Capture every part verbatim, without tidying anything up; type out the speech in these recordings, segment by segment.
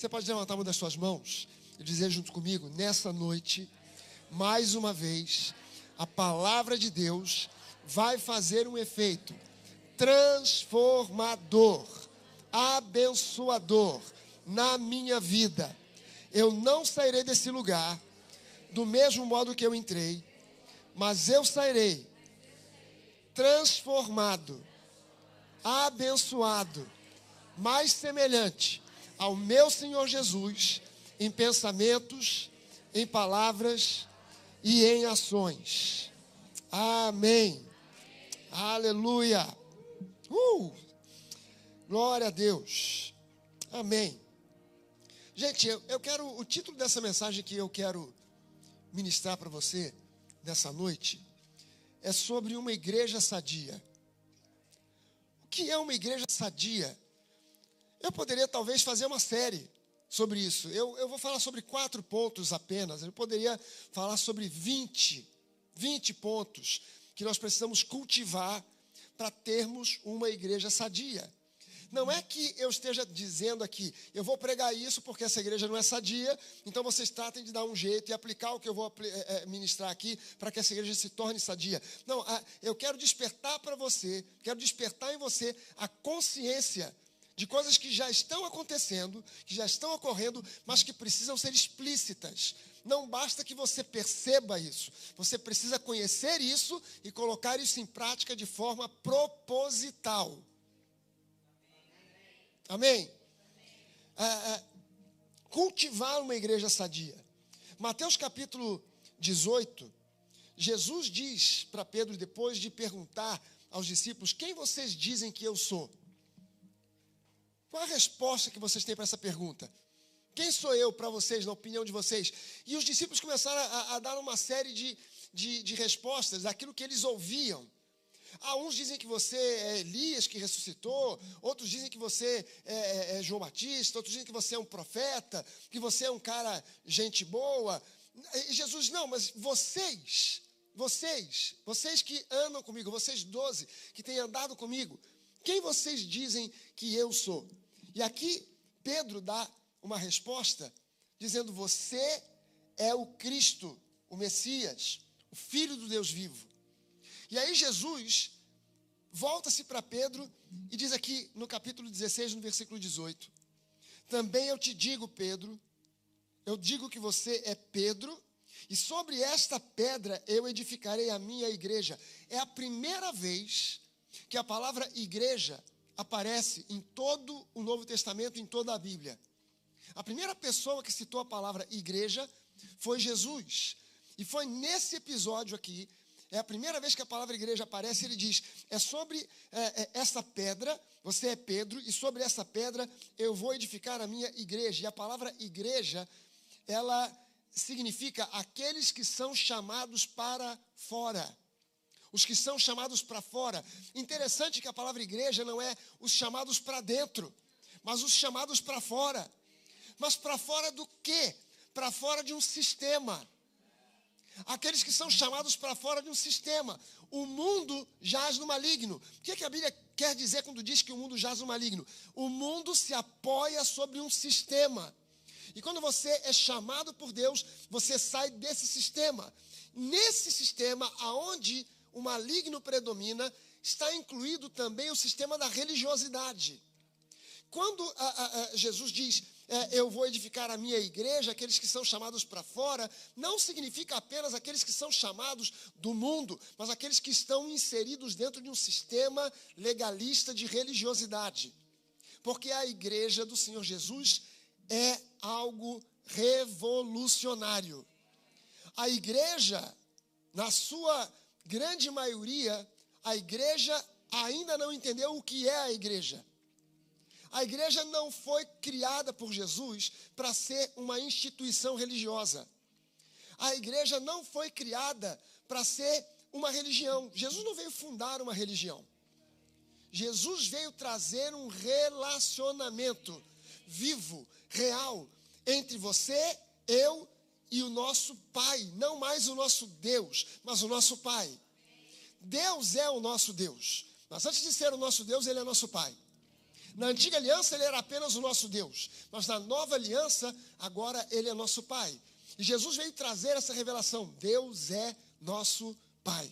Você pode levantar uma das suas mãos e dizer junto comigo: nessa noite, mais uma vez, a palavra de Deus vai fazer um efeito transformador, abençoador na minha vida. Eu não sairei desse lugar do mesmo modo que eu entrei, mas eu sairei transformado, abençoado, mais semelhante ao meu Senhor Jesus, em pensamentos, em palavras e em ações. Amém. Aleluia. Uh! Glória a Deus. Amém. Gente, eu, eu quero, o título dessa mensagem que eu quero ministrar para você nessa noite é sobre uma igreja sadia. O que é uma igreja sadia? Eu poderia talvez fazer uma série sobre isso. Eu, eu vou falar sobre quatro pontos apenas. Eu poderia falar sobre vinte, vinte pontos que nós precisamos cultivar para termos uma igreja sadia. Não é que eu esteja dizendo aqui, eu vou pregar isso porque essa igreja não é sadia, então vocês tratem de dar um jeito e aplicar o que eu vou ministrar aqui para que essa igreja se torne sadia. Não, eu quero despertar para você, quero despertar em você a consciência de coisas que já estão acontecendo, que já estão ocorrendo, mas que precisam ser explícitas. Não basta que você perceba isso, você precisa conhecer isso e colocar isso em prática de forma proposital. Amém? É, é, cultivar uma igreja sadia. Mateus capítulo dezoito, Jesus diz para Pedro, depois de perguntar aos discípulos: quem vocês dizem que eu sou? Qual a resposta que vocês têm para essa pergunta? Quem sou eu para vocês, na opinião de vocês? E os discípulos começaram a, a dar uma série de, de, de respostas daquilo que eles ouviam. Ah, uns dizem que você é Elias que ressuscitou, outros dizem que você é, é, é João Batista, outros dizem que você é um profeta, que você é um cara gente boa. E Jesus, não, mas vocês, vocês, vocês que andam comigo, vocês doze que têm andado comigo, quem vocês dizem que eu sou? E aqui Pedro dá uma resposta dizendo: você é o Cristo, o Messias, o Filho do Deus vivo. E aí Jesus volta-se para Pedro e diz aqui no capítulo dezesseis, no versículo dezoito: também eu te digo, Pedro, eu digo que você é Pedro, e sobre esta pedra eu edificarei a minha igreja. É a primeira vez que a palavra igreja aparece em todo o Novo Testamento, em toda a Bíblia. A primeira pessoa que citou a palavra igreja foi Jesus. E foi nesse episódio aqui, é a primeira vez que a palavra igreja aparece. Ele diz: é sobre é, é, essa pedra, você é Pedro, e sobre essa pedra eu vou edificar a minha igreja. E a palavra igreja, ela significa aqueles que são chamados para fora. Os que são chamados para fora. Interessante que a palavra igreja não é os chamados para dentro, mas os chamados para fora. Mas para fora do quê? Para fora de um sistema. Aqueles que são chamados para fora de um sistema. O mundo jaz no maligno. O que, é que a Bíblia quer dizer quando diz que o mundo jaz no maligno? O mundo se apoia sobre um sistema. E quando você é chamado por Deus, você sai desse sistema. Nesse sistema, aonde o maligno predomina, está incluído também o sistema da religiosidade. Quando a, a, a Jesus diz: é, eu vou edificar a minha igreja, aqueles que são chamados para fora, não significa apenas aqueles que são chamados do mundo, mas aqueles que estão inseridos dentro de um sistema legalista de religiosidade. Porque a igreja do Senhor Jesus é algo revolucionário. A igreja, na sua grande maioria, a igreja ainda não entendeu o que é a igreja. A igreja não foi criada por Jesus para ser uma instituição religiosa. A igreja não foi criada para ser uma religião. Jesus não veio fundar uma religião. Jesus veio trazer um relacionamento vivo, real, entre você, eu e o nosso Pai. Não mais o nosso Deus, mas o nosso Pai. Deus é o nosso Deus. Mas antes de ser o nosso Deus, Ele é nosso Pai. Na antiga aliança ele era apenas o nosso Deus, mas na nova aliança agora ele é nosso Pai. E Jesus veio trazer essa revelação: Deus é nosso Pai.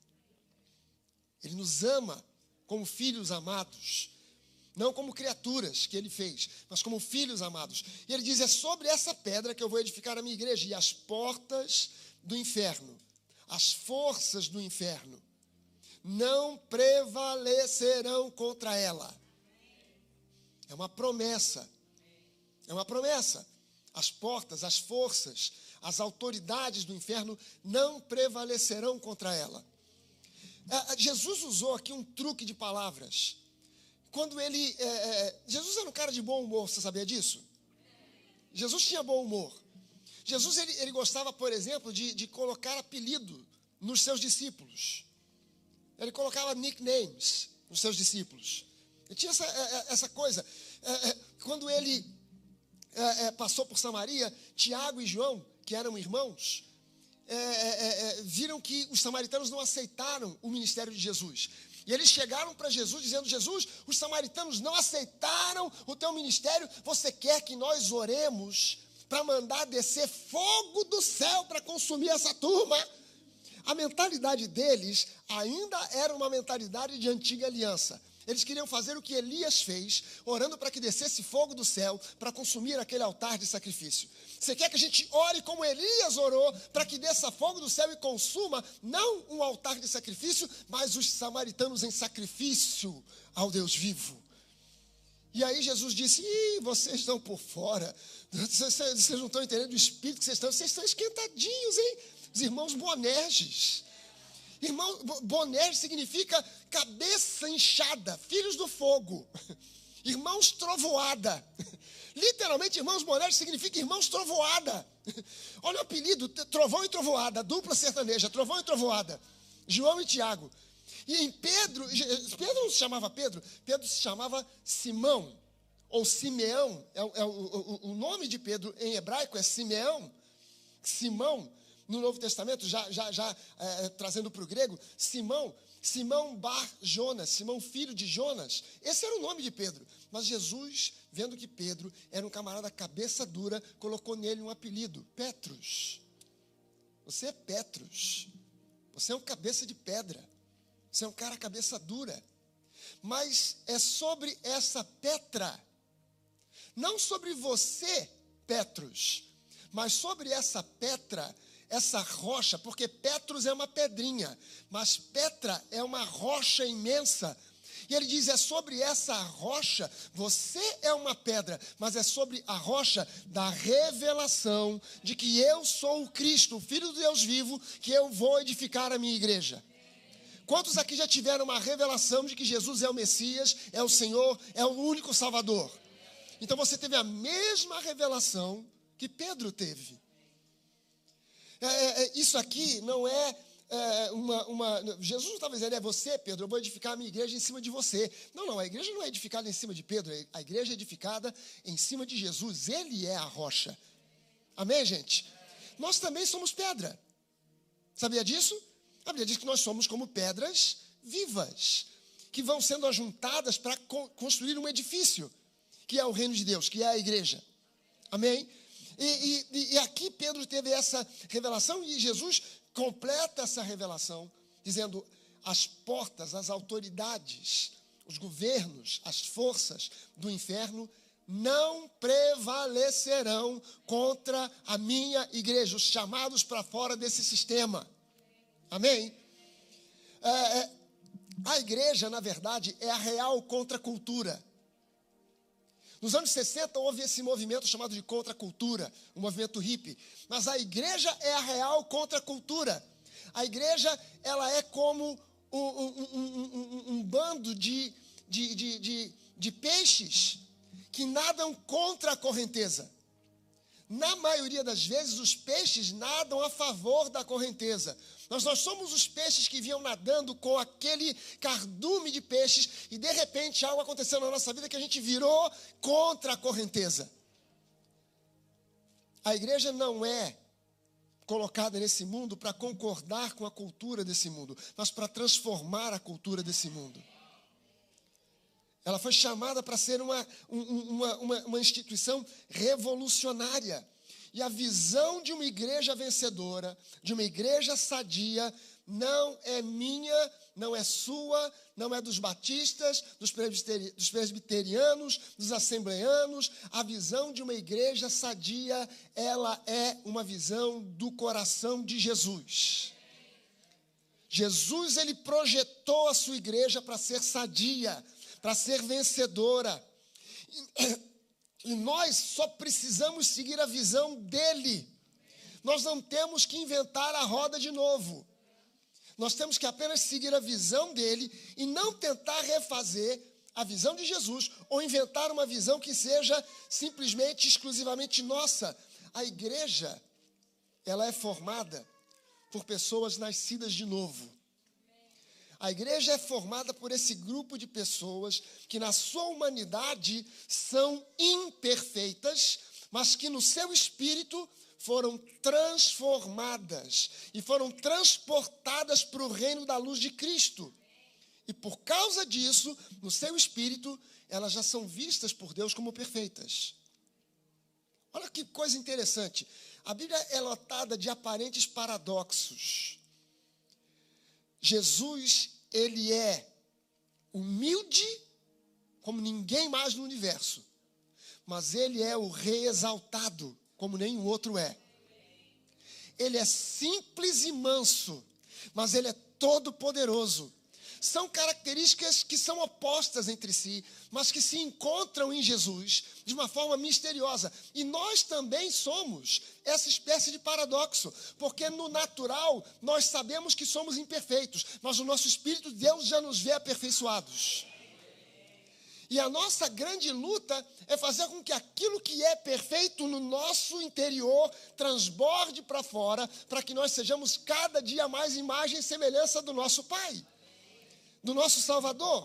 Ele nos ama como filhos amados, não como criaturas que ele fez, mas como filhos amados. E ele diz: é sobre essa pedra que eu vou edificar a minha igreja, e as portas do inferno, as forças do inferno, não prevalecerão contra ela. É uma promessa, é uma promessa. As portas, as forças, as autoridades do inferno não prevalecerão contra ela. Jesus usou aqui um truque de palavras. Quando ele... É, é, Jesus era um cara de bom humor, você sabia disso? Jesus tinha bom humor. Jesus, ele, ele gostava, por exemplo, de, de colocar apelido nos seus discípulos. Ele colocava nicknames nos seus discípulos. Ele tinha essa, essa coisa. Quando ele passou por Samaria, Tiago e João, que eram irmãos, é, é, é, viram que os samaritanos não aceitaram o ministério de Jesus. E eles chegaram para Jesus dizendo: Jesus, os samaritanos não aceitaram o teu ministério, você quer que nós oremos para mandar descer fogo do céu para consumir essa turma? A mentalidade deles ainda era uma mentalidade de antiga aliança. Eles queriam fazer o que Elias fez, orando para que descesse fogo do céu para consumir aquele altar de sacrifício. Você quer que a gente ore como Elias orou, para que desça fogo do céu e consuma, não um altar de sacrifício, mas os samaritanos em sacrifício ao Deus vivo? E aí Jesus disse: Ih, vocês estão por fora, vocês, vocês não estão entendendo o espírito que vocês estão, vocês estão esquentadinhos, hein? Os irmãos Boanerges. Irmão, Boanerges significa cabeça inchada, filhos do fogo. Irmãos trovoada. Literalmente, irmãos Boanerges significa irmãos trovoada. Olha o apelido: Trovão e Trovoada, dupla sertaneja, Trovão e Trovoada. João e Tiago. E em Pedro, Pedro não se chamava Pedro, Pedro se chamava Simão, ou Simeão. É, é, o, o, o nome de Pedro em hebraico é Simeão, Simão. No Novo Testamento, já, já, já é, trazendo para o grego, Simão, Simão Bar Jonas, Simão filho de Jonas. Esse era o nome de Pedro. Mas Jesus, vendo que Pedro era um camarada cabeça dura, colocou nele um apelido: Petrus. Você é Petrus. Você é um cabeça de pedra. Você é um cara cabeça dura. Mas é sobre essa Petra, não sobre você, Petrus, mas sobre essa Petra, essa rocha, porque Petrus é uma pedrinha, mas Petra é uma rocha imensa. E ele diz: é sobre essa rocha, você é uma pedra, mas é sobre a rocha da revelação de que eu sou o Cristo, o Filho do Deus vivo, que eu vou edificar a minha igreja. Quantos aqui já tiveram uma revelação de que Jesus é o Messias, é o Senhor, é o único Salvador? Então você teve a mesma revelação que Pedro teve. É, é, isso aqui não é, é uma, uma... Jesus não estava dizendo: é você, Pedro, eu vou edificar a minha igreja em cima de você. Não, não, a igreja não é edificada em cima de Pedro, a igreja é edificada em cima de Jesus. Ele é a rocha. Amém, gente? Nós também somos pedra. Sabia disso? A Bíblia diz que nós somos como pedras vivas, que vão sendo ajuntadas para construir um edifício, que é o reino de Deus, que é a igreja. Amém? E, e, e aqui Pedro teve essa revelação, e Jesus completa essa revelação, dizendo: as portas, as autoridades, os governos, as forças do inferno não prevalecerão contra a minha igreja, os chamados para fora desse sistema. Amém? É, é, a igreja, na verdade, é a real contracultura. Nos anos sessenta houve esse movimento chamado de contracultura, o movimento hippie. Mas a igreja é a real contracultura. A igreja, ela é como um, um, um, um, um bando de, de, de, de, de peixes que nadam contra a correnteza. Na maioria das vezes, os peixes nadam a favor da correnteza. Nós, nós somos os peixes que vinham nadando com aquele cardume de peixes e, de repente, algo aconteceu na nossa vida que a gente virou contra a correnteza. A igreja não é colocada nesse mundo para concordar com a cultura desse mundo, mas para transformar a cultura desse mundo. Ela foi chamada para ser uma, uma, uma, uma instituição revolucionária. E a visão de uma igreja vencedora, de uma igreja sadia, não é minha, não é sua, não é dos batistas, dos presbiteri- dos presbiterianos, dos assembleanos. A visão de uma igreja sadia, ela é uma visão do coração de Jesus. Jesus, ele projetou a sua igreja para ser sadia, para ser vencedora. E nós só precisamos seguir a visão dele. Nós não temos que inventar a roda de novo. Nós temos que apenas seguir a visão dele e não tentar refazer a visão de Jesus ou inventar uma visão que seja simplesmente, exclusivamente nossa. A igreja, ela é formada por pessoas nascidas de novo. A igreja é formada por esse grupo de pessoas que na sua humanidade são imperfeitas, mas que no seu espírito foram transformadas e foram transportadas para o reino da luz de Cristo. E por causa disso, no seu espírito, elas já são vistas por Deus como perfeitas. Olha que coisa interessante. A Bíblia é lotada de aparentes paradoxos. Jesus, ele é humilde como ninguém mais no universo, mas ele é o rei exaltado como nenhum outro é. Ele é simples e manso, mas ele é todo poderoso. São características que são opostas entre si, mas que se encontram em Jesus de uma forma misteriosa. E nós também somos essa espécie de paradoxo, porque no natural nós sabemos que somos imperfeitos, mas o nosso espírito, Deus já nos vê aperfeiçoados. E a nossa grande luta é fazer com que aquilo que é perfeito no nosso interior transborde para fora, para que nós sejamos cada dia mais imagem e semelhança do nosso Pai, do nosso Salvador.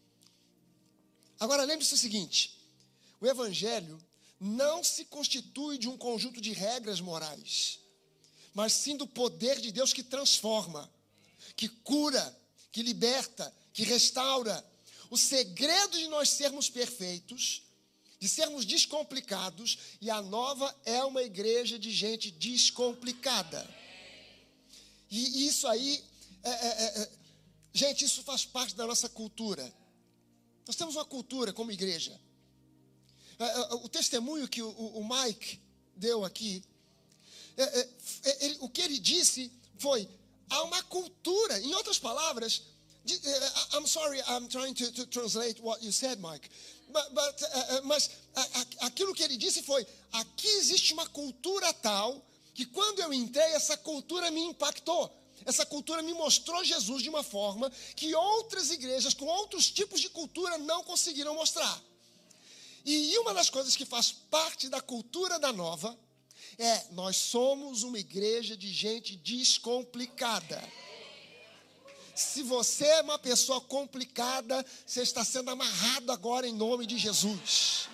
Agora lembre-se o seguinte: o Evangelho não se constitui de um conjunto de regras morais, mas sim do poder de Deus que transforma, que cura, que liberta, que restaura. O segredo de nós sermos perfeitos, de sermos descomplicados, e a nova é uma igreja de gente descomplicada. E isso aí, é, é, é, gente, isso faz parte da nossa cultura. Nós temos uma cultura como igreja. O testemunho que o Mike deu aqui, ele, o que ele disse foi: há uma cultura, em outras palavras, I'm sorry, I'm trying to, to translate what you said, Mike. But, but, uh, mas aquilo que ele disse foi: aqui existe uma cultura tal que quando eu entrei, essa cultura me impactou. Essa cultura me mostrou Jesus de uma forma que outras igrejas com outros tipos de cultura não conseguiram mostrar. E uma das coisas que faz parte da cultura da nova é: nós somos uma igreja de gente descomplicada. Se você é uma pessoa complicada, você está sendo amarrado agora em nome de Jesus.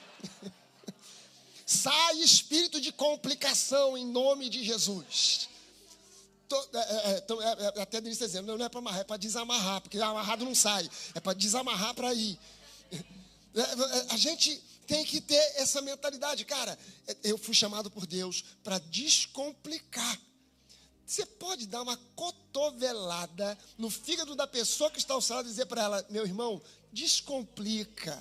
Sai espírito de complicação em nome de Jesus. Tô, é, é, é, até Denise está dizendo: não, não é para amarrar, é para desamarrar, porque amarrado não sai, é para desamarrar para ir. É, é, a gente tem que ter essa mentalidade. Cara, eu fui chamado por Deus para descomplicar. Você pode dar uma cotovelada no fígado da pessoa que está ao seu lado e dizer para ela: meu irmão, descomplica.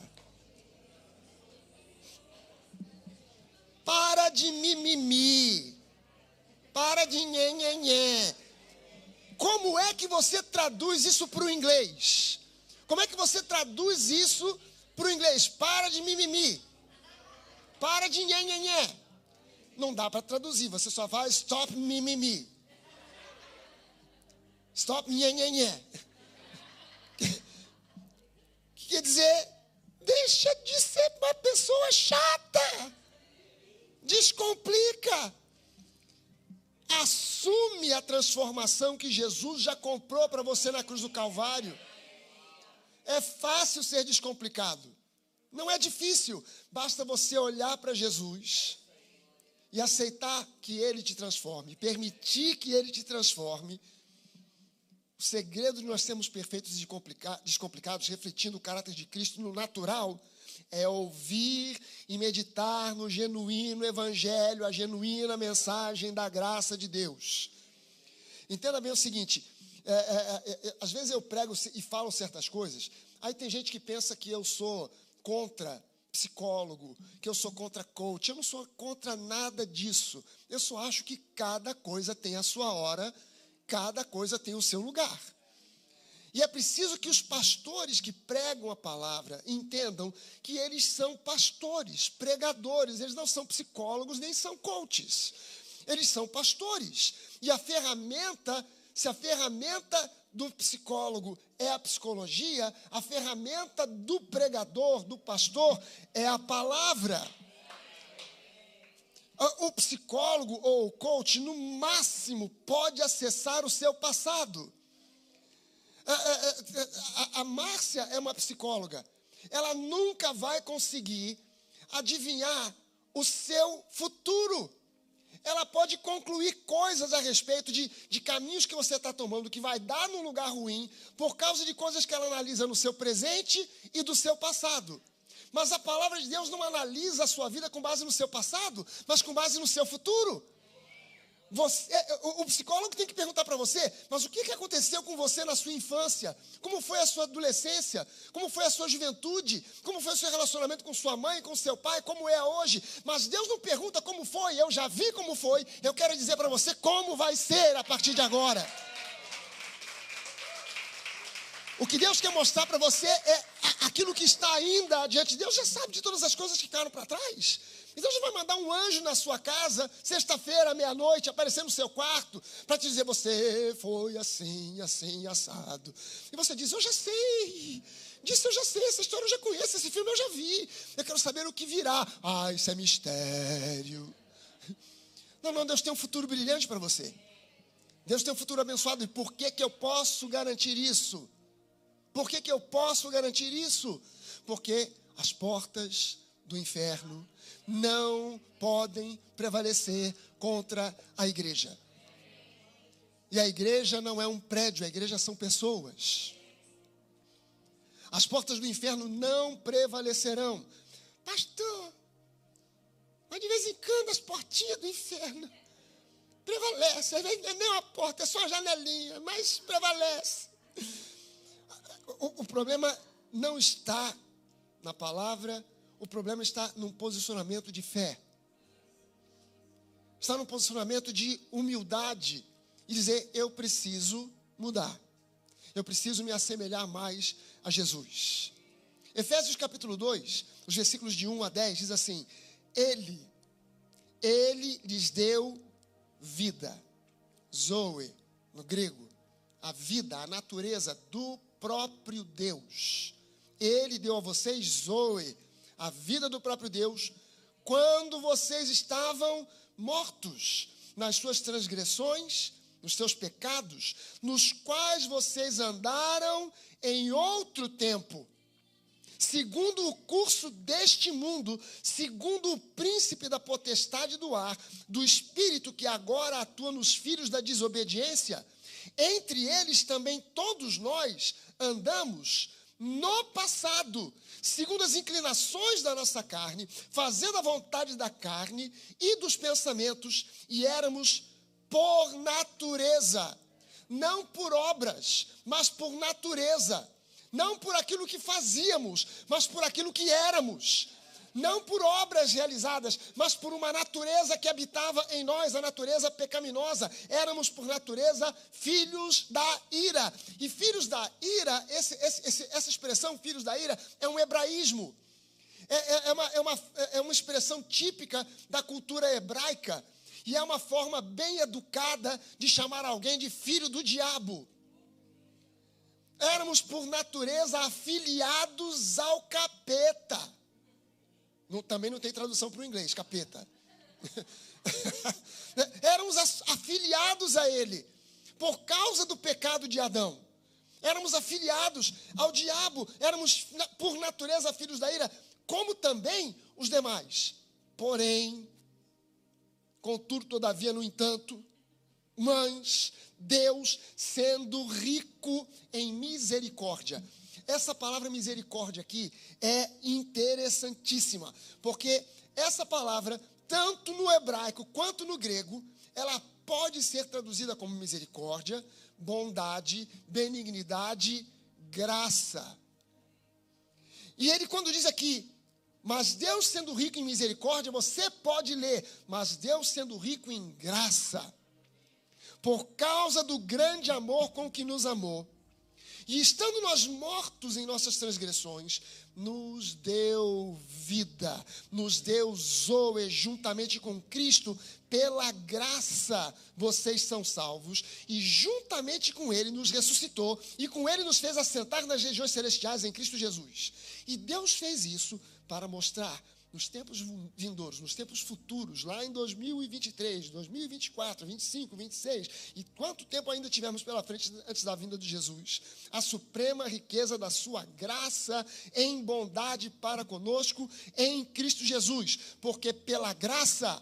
Para de mimimi. Para de nhenhenhé. Como é que você traduz isso para o inglês? Como é que você traduz isso para o inglês? Para de mimimi. Para de nhenhenhé. Não dá para traduzir, você só vai stop mimimi. Stop nhenhenhé. Que quer dizer, deixa de ser uma pessoa chata. Descomplica. Assume a transformação que Jesus já comprou para você na cruz do Calvário. É fácil ser descomplicado. Não é difícil. Basta você olhar para Jesus e aceitar que Ele te transforme, permitir que Ele te transforme. o segredo de nós sermos perfeitos e descomplicados, refletindo o caráter de Cristo no natural, é ouvir e meditar no genuíno evangelho, a genuína mensagem da graça de Deus. Entenda bem o seguinte, é, é, é, às vezes eu prego e falo certas coisas, aí tem gente que pensa que eu sou contra psicólogo, que eu sou contra coach. Eu não sou contra nada disso. Eu só acho que cada coisa tem a sua hora, cada coisa tem o seu lugar. E é preciso que os pastores que pregam a palavra entendam que eles são pastores, pregadores. Eles não são psicólogos, nem são coaches. Eles são pastores. E a ferramenta, se a ferramenta do psicólogo é a psicologia, a ferramenta do pregador, do pastor, é a palavra. O psicólogo ou o coach, no máximo, pode acessar o seu passado. A, a, a, a Márcia é uma psicóloga. Ela nunca vai conseguir adivinhar o seu futuro. Ela pode concluir coisas a respeito de, de caminhos que você está tomando, que vai dar num lugar ruim, por causa de coisas que ela analisa no seu presente e do seu passado. Mas a palavra de Deus não analisa a sua vida com base no seu passado, mas com base no seu futuro. Você, o, o psicólogo tem que perguntar para você, mas o que, que aconteceu com você na sua infância? Como foi a sua adolescência? Como foi a sua juventude? Como foi o seu relacionamento com sua mãe, com seu pai? Como é hoje? Mas Deus não pergunta como foi, eu já vi como foi. Eu quero dizer para você como vai ser a partir de agora. O que Deus quer mostrar para você é aquilo que está ainda diante de Deus. Já sabe de todas as coisas que ficaram para trás. Então, Deus vai mandar um anjo na sua casa, sexta-feira, meia-noite, aparecer no seu quarto, para te dizer, você foi assim, assim, assado. E você diz, eu já sei, disso eu já sei, essa história eu já conheço, esse filme eu já vi. Eu quero saber o que virá. Ah, isso é mistério. Não, não, Deus tem um futuro brilhante para você. Deus tem um futuro abençoado. E por que que eu posso garantir isso? Por que que eu posso garantir isso? Porque as portas do inferno não podem prevalecer contra a igreja. E a igreja não é um prédio, a igreja são pessoas. As portas do inferno não prevalecerão. Pastor, mas de vez em quando as portinhas do inferno prevalecem. Às vezes não é nem uma porta, é só uma janelinha, mas prevalece. O, o problema não está na palavra, o problema está num posicionamento de fé. Está num posicionamento de humildade e dizer, eu preciso mudar. Eu preciso me assemelhar mais a Jesus. Efésios capítulo dois, os versículos de um a dez, diz assim, Ele, Ele lhes deu vida. Zoe, no grego, a vida, a natureza do próprio Deus. Ele deu a vocês, Zoe, a vida do próprio Deus, quando vocês estavam mortos nas suas transgressões, nos seus pecados, nos quais vocês andaram em outro tempo, segundo o curso deste mundo, segundo o príncipe da potestade do ar, do espírito que agora atua nos filhos da desobediência, entre eles também todos nós andamos no passado, segundo as inclinações da nossa carne, fazendo a vontade da carne e dos pensamentos, e éramos por natureza, não por obras, mas por natureza, não por aquilo que fazíamos, mas por aquilo que éramos, não por obras realizadas, mas por uma natureza que habitava em nós, a natureza pecaminosa. Éramos, por natureza, filhos da ira. E filhos da ira, esse, esse, essa expressão, filhos da ira, é um hebraísmo. É, é, é, uma, é, uma, é uma expressão típica da cultura hebraica. E é uma forma bem educada de chamar alguém de filho do diabo. Éramos, por natureza, afiliados ao capeta. Não, também não tem tradução para o inglês, capeta. Éramos afiliados a ele, por causa do pecado de Adão. Éramos afiliados ao diabo, éramos, por natureza, filhos da ira, como também os demais. Porém, contudo, todavia, no entanto, mas Deus sendo rico em misericórdia. Essa palavra misericórdia aqui é interessantíssima, porque essa palavra, tanto no hebraico quanto no grego, ela pode ser traduzida como misericórdia, bondade, benignidade, graça. E ele, quando diz aqui, mas Deus sendo rico em misericórdia, você pode ler, mas Deus sendo rico em graça, por causa do grande amor com que nos amou, e estando nós mortos em nossas transgressões, nos deu vida, nos deu zoe juntamente com Cristo, pela graça vocês são salvos, e juntamente com Ele nos ressuscitou, e com Ele nos fez assentar nas regiões celestiais em Cristo Jesus. E Deus fez isso para mostrar nos tempos vindouros, nos tempos futuros, lá em dois mil e vinte e três, dois mil e vinte e quatro, vinte e cinco, vinte e seis, e quanto tempo ainda tivermos pela frente antes da vinda de Jesus, a suprema riqueza da sua graça em bondade para conosco em Cristo Jesus, porque pela graça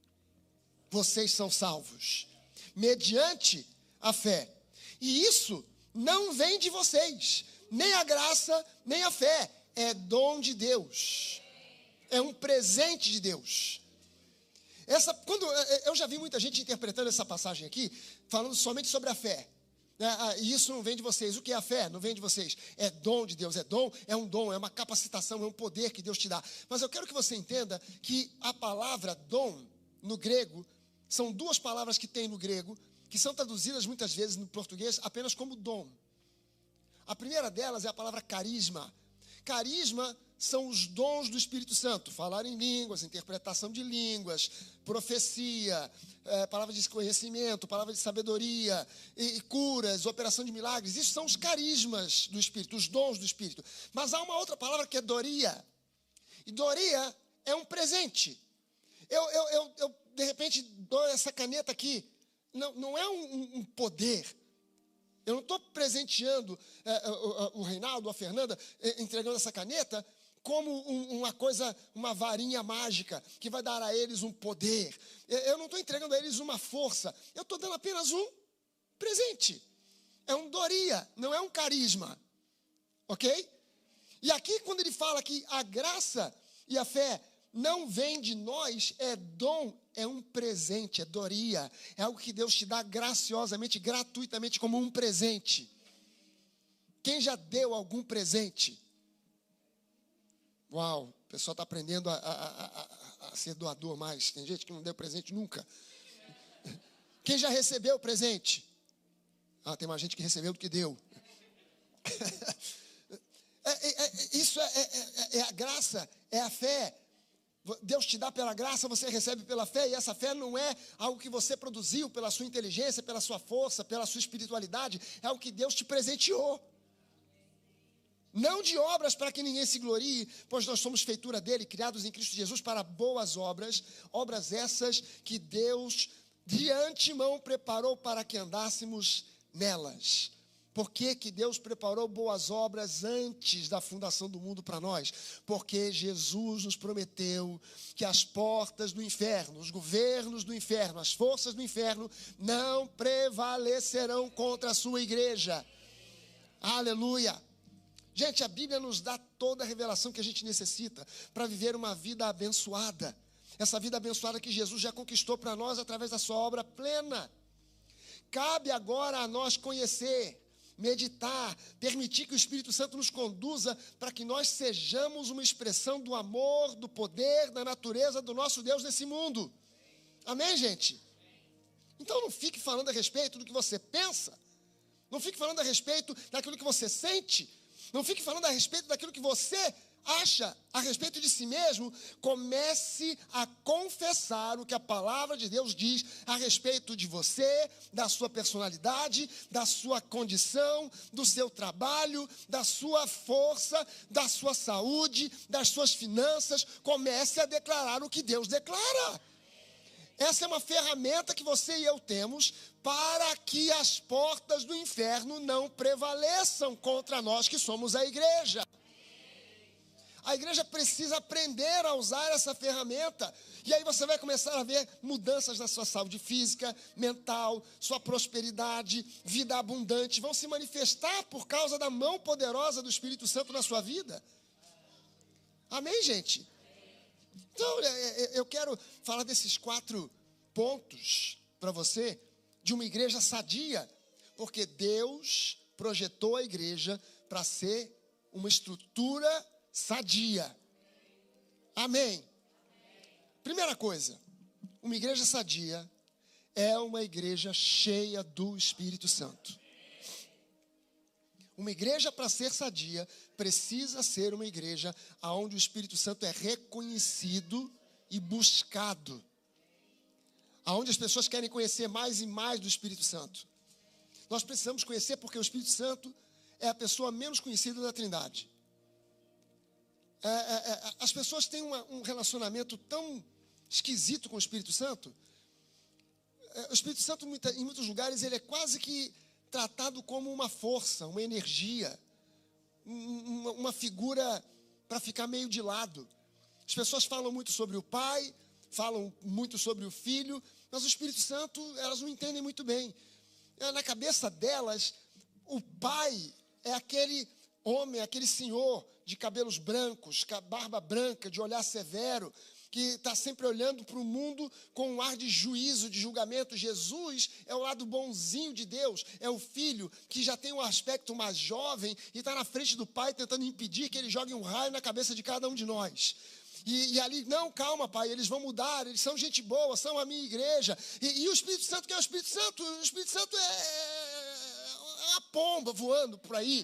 vocês são salvos, mediante a fé. E isso não vem de vocês, nem a graça, nem a fé, é dom de Deus. É um presente de Deus. Essa, quando, eu já vi muita gente interpretando essa passagem aqui, falando somente sobre a fé. E isso não vem de vocês. O que é a fé? Não vem de vocês. É dom de Deus. É dom, é um dom, é uma capacitação, é um poder que Deus te dá. Mas eu quero que você entenda que a palavra dom, no grego, são duas palavras que tem no grego, que são traduzidas muitas vezes no português apenas como dom. A primeira delas é a palavra carisma. Carisma são os dons do Espírito Santo, falar em línguas, interpretação de línguas, profecia, é, palavra de conhecimento, palavra de sabedoria, e, e curas, operação de milagres. Isso são os carismas do Espírito, os dons do Espírito. Mas há uma outra palavra que é doria. E doria é um presente. Eu, eu, eu, eu de repente, dou essa caneta aqui. Não, não é um, um poder. Eu não estou presenteando é, o, o Reinaldo, a Fernanda, entregando essa caneta como um, uma coisa, uma varinha mágica que vai dar a eles um poder. Eu não estou entregando a eles uma força. Eu estou dando apenas um presente. É um doria, não é um carisma. Ok? E aqui, quando ele fala que a graça e a fé não vem de nós, é dom, é um presente, é doria. É algo que Deus te dá graciosamente, gratuitamente, como um presente. Quem já deu algum presente? Uau, o pessoal está aprendendo a, a, a, a ser doador mais. Tem gente que não deu presente nunca. Quem já recebeu presente? Ah, tem mais gente que recebeu do que deu. é, é, é, isso é, é, é a graça, é a fé. Deus te dá pela graça, você recebe pela fé, e essa fé não é algo que você produziu pela sua inteligência, pela sua força, pela sua espiritualidade, é algo que Deus te presenteou. Não de obras para que ninguém se glorie, pois nós somos feitura dele, criados em Cristo Jesus para boas obras, obras essas que Deus de antemão preparou para que andássemos nelas. Por que que Deus preparou boas obras antes da fundação do mundo para nós? Porque Jesus nos prometeu que as portas do inferno, os governos do inferno, as forças do inferno não prevalecerão contra a sua igreja. Aleluia! Gente, a Bíblia nos dá toda a revelação que a gente necessita para viver uma vida abençoada. Essa vida abençoada que Jesus já conquistou para nós através da sua obra plena. Cabe agora a nós conhecer, meditar, permitir que o Espírito Santo nos conduza para que nós sejamos uma expressão do amor, do poder, da natureza do nosso Deus nesse mundo. Amém, gente? Então não fique falando a respeito do que você pensa. Não fique falando a respeito daquilo que você sente. Não fique falando a respeito daquilo que você acha a respeito de si mesmo. Comece a confessar o que a palavra de Deus diz a respeito de você, da sua personalidade, da sua condição, do seu trabalho, da sua força, da sua saúde, das suas finanças. Comece a declarar o que Deus declara. Essa é uma ferramenta que você e eu temos para que as portas do inferno não prevaleçam contra nós que somos a igreja. A igreja precisa aprender a usar essa ferramenta. E aí você vai começar a ver mudanças na sua saúde física, mental, sua prosperidade, vida abundante. Vão se manifestar por causa da mão poderosa do Espírito Santo na sua vida. Amém, gente? Então, eu quero falar desses quatro pontos para você, de uma igreja sadia. Porque Deus projetou a igreja para ser uma estrutura sadia. Amém. Primeira coisa, uma igreja sadia é uma igreja cheia do Espírito Santo. Uma igreja, para ser sadia, precisa ser uma igreja onde o Espírito Santo é reconhecido e buscado. Onde as pessoas querem conhecer mais e mais do Espírito Santo. Nós precisamos conhecer porque o Espírito Santo é a pessoa menos conhecida da Trindade. É, é, é, as pessoas têm uma, um relacionamento tão esquisito com o Espírito Santo. É, o Espírito Santo, muita, em muitos lugares, ele é quase que tratado como uma força, uma energia, uma, uma figura para ficar meio de lado. As pessoas falam muito sobre o Pai, falam muito sobre o Filho, mas o Espírito Santo, elas não entendem muito bem. Na cabeça delas, o Pai é aquele homem, aquele senhor de cabelos brancos, barba branca, de olhar severo, que está sempre olhando para o mundo com um ar de juízo, de julgamento. Jesus é o lado bonzinho de Deus, é o Filho que já tem um aspecto mais jovem e está na frente do Pai tentando impedir que ele jogue um raio na cabeça de cada um de nós. E, e ali, não, calma, Pai, eles vão mudar, eles são gente boa, são a minha igreja. E, e o Espírito Santo, que é o Espírito Santo? O Espírito Santo é, é uma pomba voando por aí.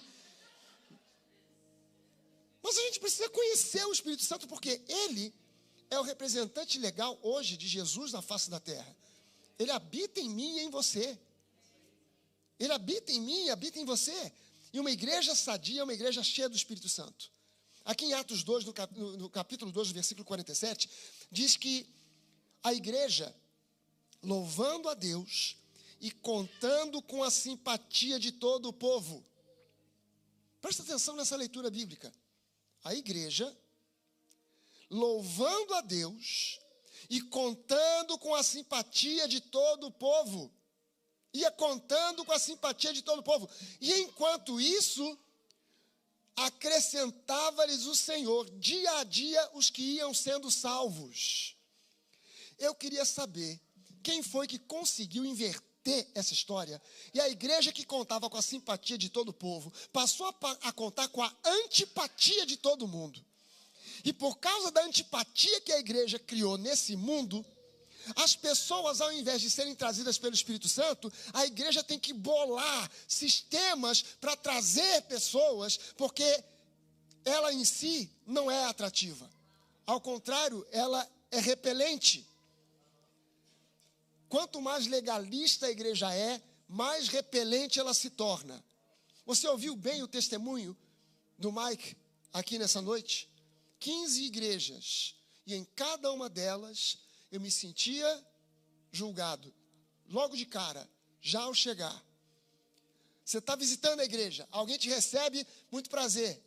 Mas a gente precisa conhecer o Espírito Santo, porque ele é o representante legal hoje de Jesus na face da terra. Ele habita em mim e em você. Ele habita em mim e habita em você. E uma igreja sadia é uma igreja cheia do Espírito Santo. Aqui em Atos dois, no, cap, no capítulo dois, versículo quarenta e sete, diz que a igreja, louvando a Deus e contando com a simpatia de todo o povo. Presta atenção nessa leitura bíblica. A igreja, louvando a Deus e contando com a simpatia de todo o povo. Ia contando com a simpatia de todo o povo. E enquanto isso, acrescentava-lhes o Senhor, dia a dia, os que iam sendo salvos. Eu queria saber quem foi que conseguiu inverter essa história. E a igreja que contava com a simpatia de todo o povo, passou a, a contar com a antipatia de todo mundo. E por causa da antipatia que a igreja criou nesse mundo, as pessoas, ao invés de serem trazidas pelo Espírito Santo, a igreja tem que bolar sistemas para trazer pessoas, porque ela em si não é atrativa. Ao contrário, ela é repelente. Quanto mais legalista a igreja é, mais repelente ela se torna. Você ouviu bem o testemunho do Mike aqui nessa noite? quinze igrejas, e em cada uma delas eu me sentia julgado, logo de cara, já ao chegar. Você está visitando a igreja, alguém te recebe, muito prazer.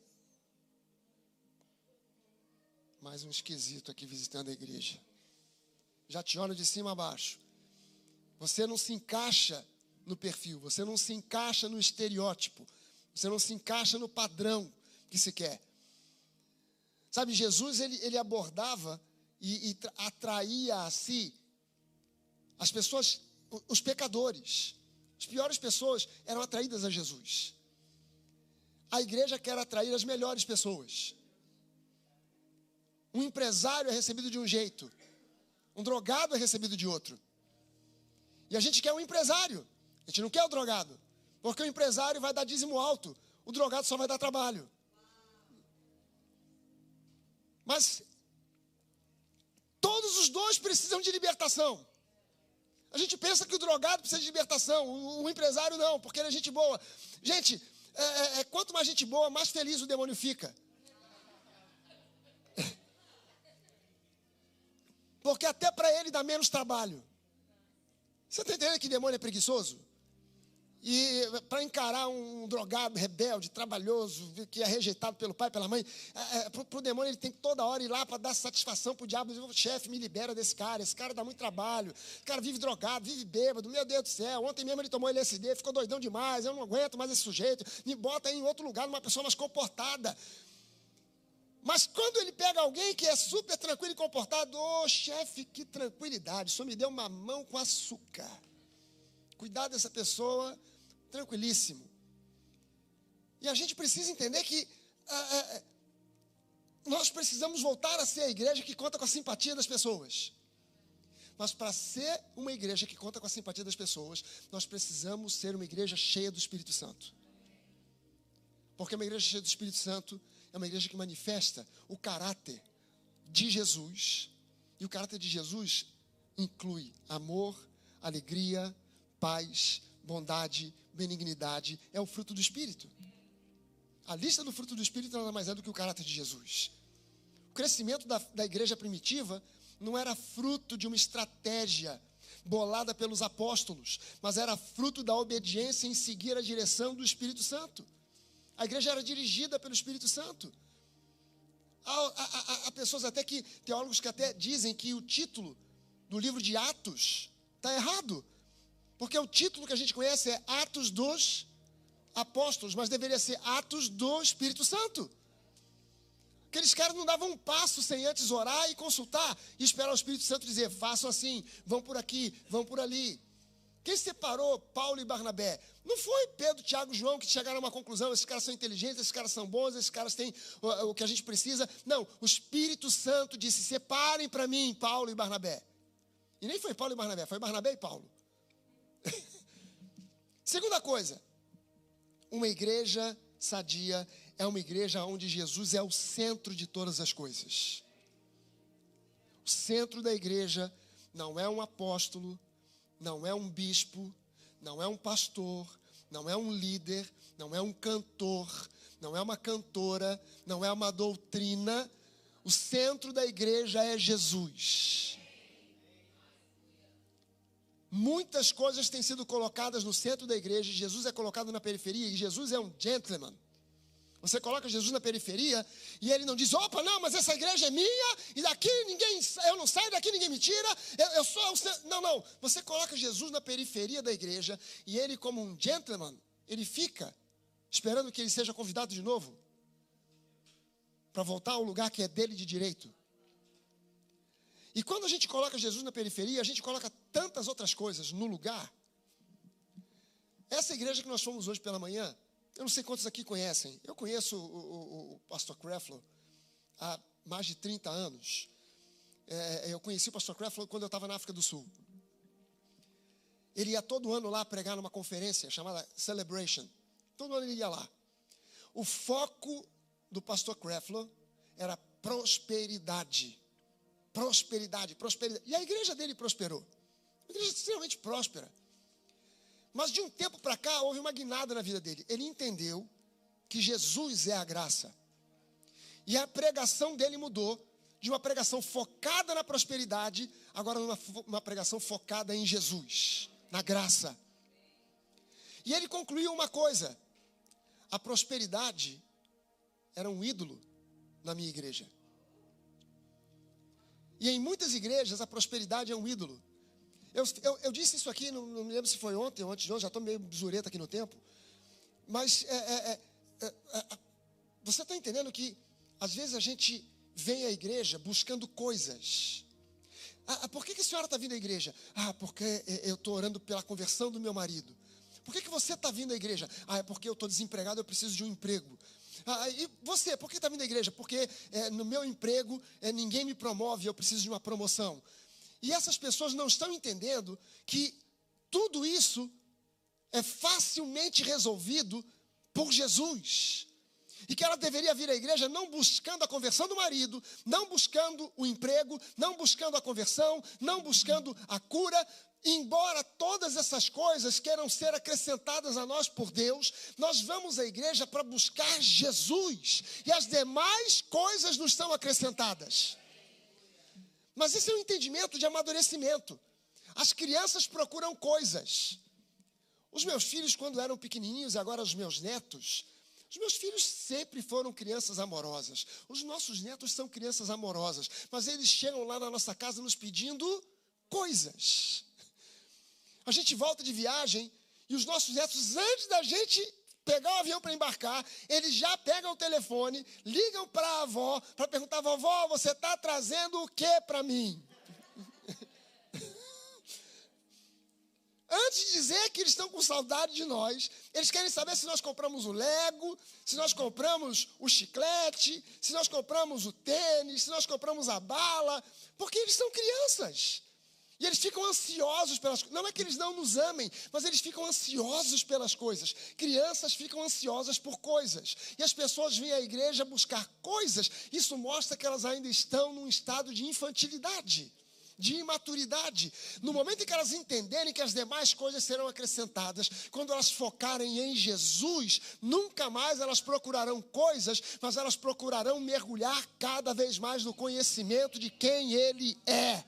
Mais um esquisito aqui visitando a igreja. Já te olha de cima a baixo. Você não se encaixa no perfil, você não se encaixa no estereótipo, você não se encaixa no padrão que se quer. Sabe, Jesus, ele, ele abordava e, e atraía a si as pessoas, os pecadores. As piores pessoas eram atraídas a Jesus. A igreja quer atrair as melhores pessoas. Um empresário é recebido de um jeito, um drogado é recebido de outro. E a gente quer um empresário, a gente não quer o drogado, porque o empresário vai dar dízimo alto, o drogado só vai dar trabalho. Mas todos os dois precisam de libertação. A gente pensa que o drogado precisa de libertação, o, o empresário não, porque ele é gente boa. Gente, é, é, quanto mais gente boa, mais feliz o demônio fica. Porque até para ele dá menos trabalho. Você está entendendo que demônio é preguiçoso? E para encarar um drogado, rebelde, trabalhoso, que é rejeitado pelo pai, pela mãe, é, é, para o demônio ele tem que toda hora ir lá para dar satisfação para o diabo. Dizer, chefe, me libera desse cara, esse cara dá muito trabalho, esse cara vive drogado, vive bêbado, meu Deus do céu, ontem mesmo ele tomou L S D, ficou doidão demais, eu não aguento mais esse sujeito, me bota aí em outro lugar, numa pessoa mais comportada. Mas quando ele pega alguém que é super tranquilo e comportado, ô chefe, que tranquilidade, só me deu uma mão com açúcar. Cuidado dessa pessoa, tranquilíssimo. E a gente precisa entender que ah, ah, nós precisamos voltar a ser a igreja que conta com a simpatia das pessoas. Mas para ser uma igreja que conta com a simpatia das pessoas, nós precisamos ser uma igreja cheia do Espírito Santo. Porque uma igreja cheia do Espírito Santo é uma igreja que manifesta o caráter de Jesus. E o caráter de Jesus inclui amor, alegria, paz, bondade, benignidade, é o fruto do Espírito. A lista do fruto do Espírito nada mais é do que o caráter de Jesus. O crescimento da, da igreja primitiva não era fruto de uma estratégia bolada pelos apóstolos, mas era fruto da obediência em seguir a direção do Espírito Santo. A igreja era dirigida pelo Espírito Santo. Há, há, há pessoas até que, teólogos que até dizem que o título do livro de Atos está errado. Porque o título que a gente conhece é Atos dos Apóstolos, mas deveria ser Atos do Espírito Santo. Aqueles caras não davam um passo sem antes orar e consultar e esperar o Espírito Santo dizer, façam assim, vão por aqui, vão por ali. Quem separou Paulo e Barnabé? Não foi Pedro, Tiago e João que chegaram a uma conclusão, esses caras são inteligentes, esses caras são bons, esses caras têm o, o que a gente precisa. Não, o Espírito Santo disse, separem para mim Paulo e Barnabé. E nem foi Paulo e Barnabé, foi Barnabé e Paulo. Segunda coisa, uma igreja sadia é uma igreja onde Jesus é o centro de todas as coisas. O centro da igreja não é um apóstolo, não é um bispo, não é um pastor, não é um líder, não é um cantor, não é uma cantora, não é uma doutrina. O centro da igreja é Jesus. Muitas coisas têm sido colocadas no centro da igreja, Jesus é colocado na periferia, e Jesus é um gentleman. Você coloca Jesus na periferia, e ele não diz, opa, não, mas essa igreja é minha, e daqui ninguém, eu não saio daqui, ninguém me tira, eu, eu sou o centro. Não, não, você coloca Jesus na periferia da igreja, e ele como um gentleman, ele fica esperando que ele seja convidado de novo, para voltar ao lugar que é dele de direito. E quando a gente coloca Jesus na periferia, a gente coloca tantas outras coisas no lugar. Essa igreja que nós fomos hoje pela manhã, eu não sei quantos aqui conhecem. Eu conheço o, o, o pastor Creflo há mais de trinta anos. É, eu conheci o pastor Creflo quando eu estava na África do Sul. Ele ia todo ano lá pregar numa conferência chamada Celebration. Todo ano ele ia lá. O foco do pastor Creflo era prosperidade. Prosperidade, prosperidade. E a igreja dele prosperou. Uma igreja extremamente próspera. Mas de um tempo para cá, houve uma guinada na vida dele. Ele entendeu que Jesus é a graça. E a pregação dele mudou de uma pregação focada na prosperidade, agora numa uma pregação focada em Jesus, na graça. E ele concluiu uma coisa. A prosperidade era um ídolo na minha igreja. E em muitas igrejas a prosperidade é um ídolo. Eu, eu, eu disse isso aqui, não, não me lembro se foi ontem ou antes de hoje, já estou meio zureta aqui no tempo. Mas é, é, é, é, você está entendendo que às vezes a gente vem à igreja buscando coisas. Ah, por que, que a senhora está vindo à igreja? Ah, porque eu estou orando pela conversão do meu marido. Por que, que você está vindo à igreja? Ah, é porque eu estou desempregado, eu preciso de um emprego. Ah, e você, por que está vindo à igreja? Porque é, no meu emprego é, ninguém me promove, eu preciso de uma promoção. E essas pessoas não estão entendendo que tudo isso é facilmente resolvido por Jesus. E que ela deveria vir à igreja não buscando a conversão do marido, não buscando o emprego, não buscando a conversão, não buscando a cura. Embora todas essas coisas queiram ser acrescentadas a nós por Deus, nós vamos à igreja para buscar Jesus. E as demais coisas nos são acrescentadas. Mas esse é um entendimento de amadurecimento. As crianças procuram coisas. Os meus filhos, quando eram pequenininhos, agora os meus netos, os meus filhos sempre foram crianças amorosas. Os nossos netos são crianças amorosas, mas eles chegam lá na nossa casa nos pedindo coisas. A gente volta de viagem e os nossos netos, antes da gente pegar o avião para embarcar, eles já pegam o telefone, ligam para a avó, para perguntar: vovó, você está trazendo o que para mim? Antes de dizer que eles estão com saudade de nós, eles querem saber se nós compramos o Lego, se nós compramos o chiclete, se nós compramos o tênis, se nós compramos a bala, porque eles são crianças. E eles ficam ansiosos pelas coisas. Não é que eles não nos amem, mas eles ficam ansiosos pelas coisas. Crianças ficam ansiosas por coisas. E as pessoas vêm à igreja buscar coisas. Isso mostra que elas ainda estão num estado de infantilidade, de imaturidade. No momento em que elas entenderem que as demais coisas serão acrescentadas, quando elas focarem em Jesus, nunca mais elas procurarão coisas, mas elas procurarão mergulhar cada vez mais no conhecimento de quem Ele é,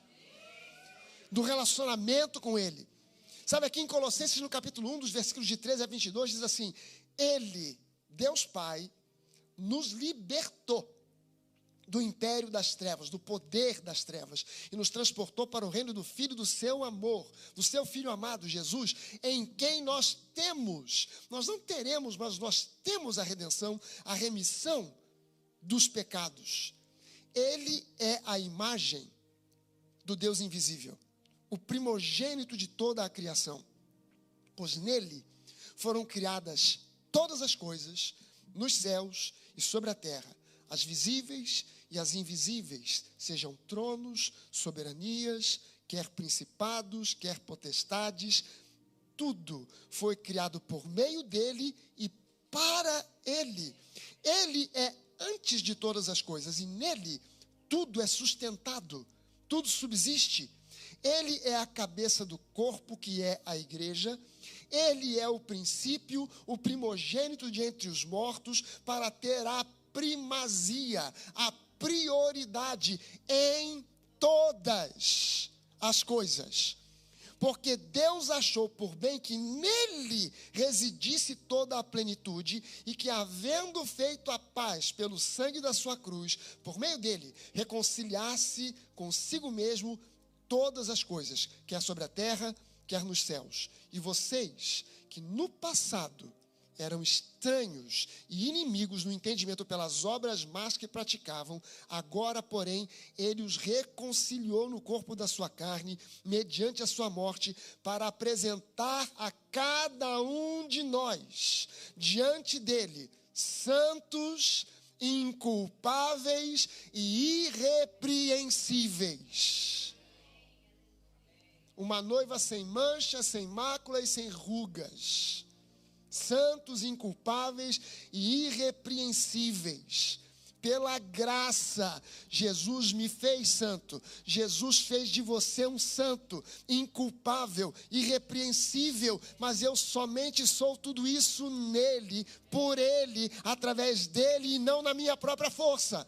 do relacionamento com Ele. Sabe, aqui em Colossenses, no capítulo um, dos versículos de treze a vinte e dois, diz assim: Ele, Deus Pai, nos libertou do império das trevas, do poder das trevas, e nos transportou para o reino do Filho do seu amor, do seu Filho amado, Jesus, em quem nós temos, nós não teremos, mas nós temos a redenção, a remissão dos pecados. Ele é a imagem do Deus invisível, o primogênito de toda a criação, pois nele foram criadas todas as coisas, nos céus e sobre a terra, as visíveis e as invisíveis, sejam tronos, soberanias, quer principados, quer potestades, tudo foi criado por meio dele e para ele. Ele é antes de todas as coisas e nele tudo é sustentado, tudo subsiste. Ele é a cabeça do corpo, que é a igreja. Ele é o princípio, o primogênito de entre os mortos, para ter a primazia, a prioridade em todas as coisas. Porque Deus achou por bem que nele residisse toda a plenitude e que, havendo feito a paz pelo sangue da sua cruz, por meio dele, reconciliasse consigo mesmo todas as coisas, quer sobre a terra, quer nos céus. E vocês, que no passado eram estranhos e inimigos no entendimento pelas obras más que praticavam, agora, porém, ele os reconciliou no corpo da sua carne, mediante a sua morte, para apresentar a cada um de nós, diante dele, santos, inculpáveis e irrepreensíveis. Uma noiva sem mancha, sem mácula e sem rugas. Santos, inculpáveis e irrepreensíveis. Pela graça, Jesus me fez santo. Jesus fez de você um santo, inculpável, irrepreensível. Mas eu somente sou tudo isso nele, por ele, através dele e não na minha própria força.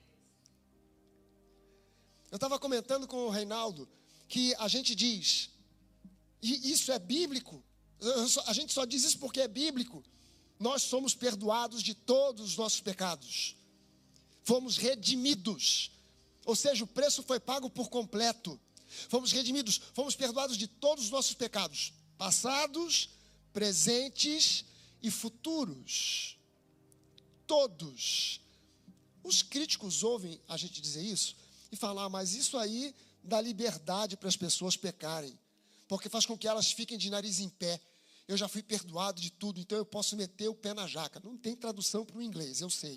Eu estava comentando com o Reinaldo que a gente diz, e isso é bíblico, a gente só diz isso porque é bíblico, nós somos perdoados de todos os nossos pecados, fomos redimidos, ou seja, o preço foi pago por completo, fomos redimidos, fomos perdoados de todos os nossos pecados, passados, presentes e futuros, todos. Os críticos ouvem a gente dizer isso e falar: ah, mas isso aí dá liberdade para as pessoas pecarem, porque faz com que elas fiquem de nariz em pé. Eu já fui perdoado de tudo, então eu posso meter o pé na jaca. Não tem tradução para o inglês, eu sei.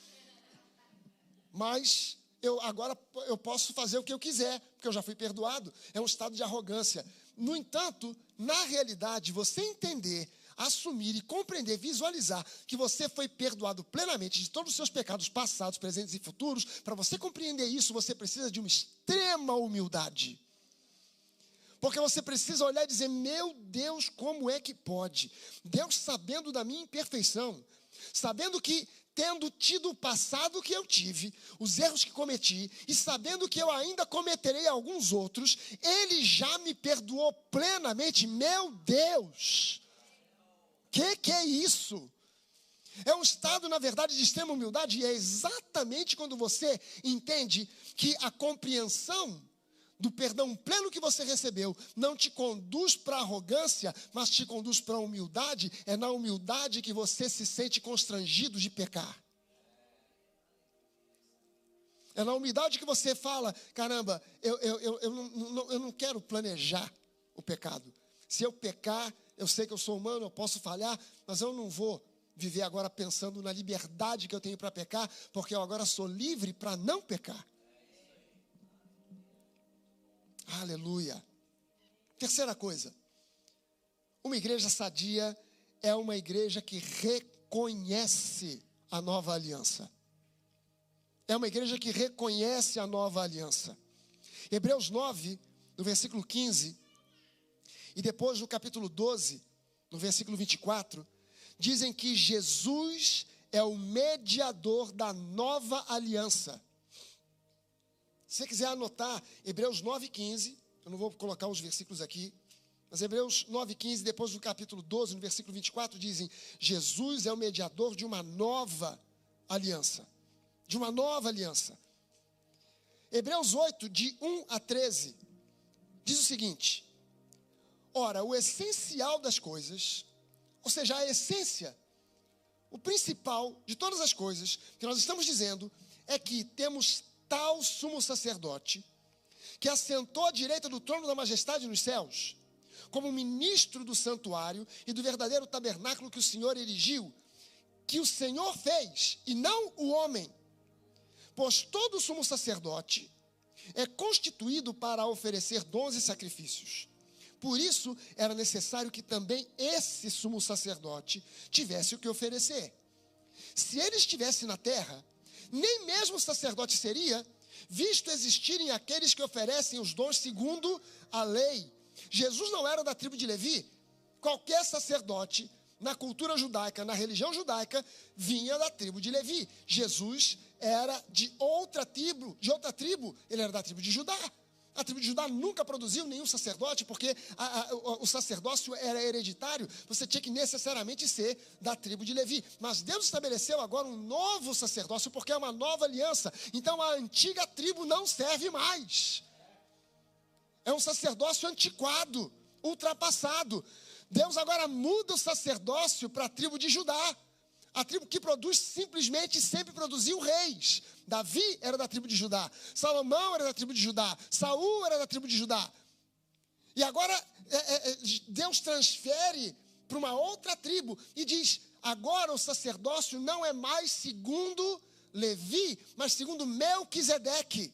Mas eu, agora eu posso fazer o que eu quiser, porque eu já fui perdoado. É um estado de arrogância. No entanto, na realidade, você entender, assumir e compreender, visualizar que você foi perdoado plenamente de todos os seus pecados passados, presentes e futuros, para você compreender isso, você precisa de uma extrema humildade. Porque você precisa olhar e dizer: meu Deus, como é que pode? Deus, sabendo da minha imperfeição, sabendo que, tendo tido o passado que eu tive, os erros que cometi, e sabendo que eu ainda cometerei alguns outros, Ele já me perdoou plenamente. Meu Deus, Que que é isso? É um estado, na verdade, de extrema humildade, e é exatamente quando você entende que a compreensão do perdão pleno que você recebeu não te conduz para a arrogância, mas te conduz para a humildade. É na humildade que você se sente constrangido de pecar. É na humildade que você fala, caramba, eu, eu, eu, eu, não, eu não quero planejar o pecado. Se eu pecar, eu sei que eu sou humano, eu posso falhar, mas eu não vou viver agora pensando na liberdade que eu tenho para pecar, porque eu agora sou livre para não pecar. Aleluia. Terceira coisa. Uma igreja sadia é uma igreja que reconhece a nova aliança. É uma igreja que reconhece a nova aliança. Hebreus nove, no versículo quinze, e depois no capítulo doze, no versículo vinte e quatro, dizem que Jesus é o mediador da nova aliança. Se você quiser anotar, Hebreus nove, quinze, eu não vou colocar os versículos aqui, mas Hebreus nove, quinze, depois do capítulo doze, no versículo vinte e quatro, dizem: Jesus é o mediador de uma nova aliança. De uma nova aliança. Hebreus oito, de um a treze, diz o seguinte: ora, o essencial das coisas, ou seja, a essência, o principal de todas as coisas que nós estamos dizendo é que temos tal sumo sacerdote que assentou à direita do trono da majestade nos céus, como ministro do santuário e do verdadeiro tabernáculo que o Senhor erigiu, que o Senhor fez e não o homem. Pois todo sumo sacerdote é constituído para oferecer dons e sacrifícios. Por isso, era necessário que também esse sumo sacerdote tivesse o que oferecer. Se ele estivesse na terra, nem mesmo o sacerdote seria, visto existirem aqueles que oferecem os dons segundo a lei. Jesus não era da tribo de Levi. Qualquer sacerdote, na cultura judaica, na religião judaica, vinha da tribo de Levi. Jesus era de outra tribo, de outra tribo, ele era da tribo de Judá. A tribo de Judá nunca produziu nenhum sacerdote, porque a, a, o, o sacerdócio era hereditário, você tinha que necessariamente ser da tribo de Levi. Mas Deus estabeleceu agora um novo sacerdócio, porque é uma nova aliança. Então a antiga tribo não serve mais. É um sacerdócio antiquado, ultrapassado. Deus agora muda o sacerdócio para a tribo de Judá. A tribo que produz simplesmente sempre produziu reis. Davi era da tribo de Judá. Salomão era da tribo de Judá. Saul era da tribo de Judá. E agora é, é, Deus transfere para uma outra tribo e diz: agora o sacerdócio não é mais segundo Levi, mas segundo Melquisedeque.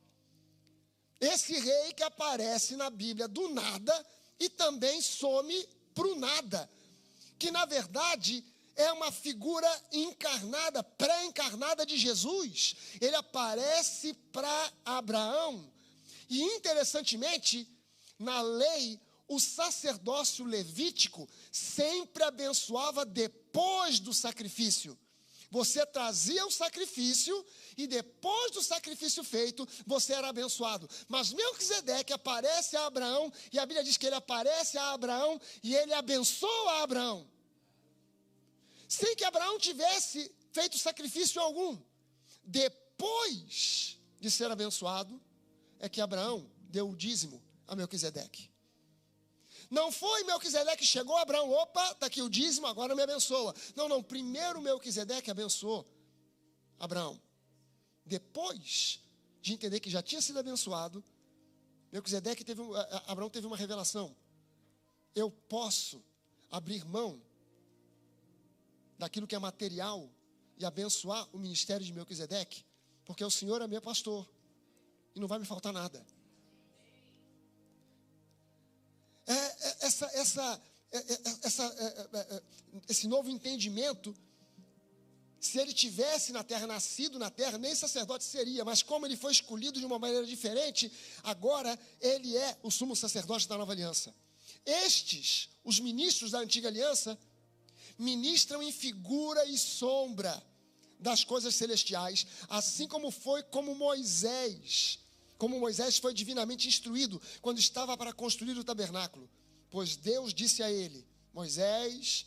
Esse rei que aparece na Bíblia do nada e também some para o nada. Que na verdade é uma figura encarnada, pré-encarnada de Jesus. Ele aparece para Abraão. E interessantemente, na lei, o sacerdócio levítico sempre abençoava depois do sacrifício. Você trazia o sacrifício e depois do sacrifício feito, você era abençoado. Mas Melquisedeque aparece a Abraão, e a Bíblia diz que ele aparece a Abraão e ele abençoa Abraão. Sem que Abraão tivesse feito sacrifício algum. Depois de ser abençoado, é que Abraão deu o dízimo a Melquisedeque. Não foi Melquisedeque que chegou a Abraão: opa, está aqui o dízimo, agora me abençoa. Não, não, primeiro Melquisedeque abençoou Abraão. Depois de entender que já tinha sido abençoado, Melquisedeque teve, Abraão teve uma revelação: eu posso abrir mão daquilo que é material e abençoar o ministério de Melquisedeque, porque o Senhor é meu pastor e não vai me faltar nada. É, é, essa, essa, é, é, essa, é, é, esse novo entendimento, se ele tivesse na terra, nascido na terra, nem sacerdote seria, mas como ele foi escolhido de uma maneira diferente, agora ele é o sumo sacerdote da nova aliança. Estes, os ministros da antiga aliança, ministram em figura e sombra das coisas celestiais, assim como foi como Moisés, como Moisés foi divinamente instruído quando estava para construir o tabernáculo. Pois Deus disse a ele: Moisés,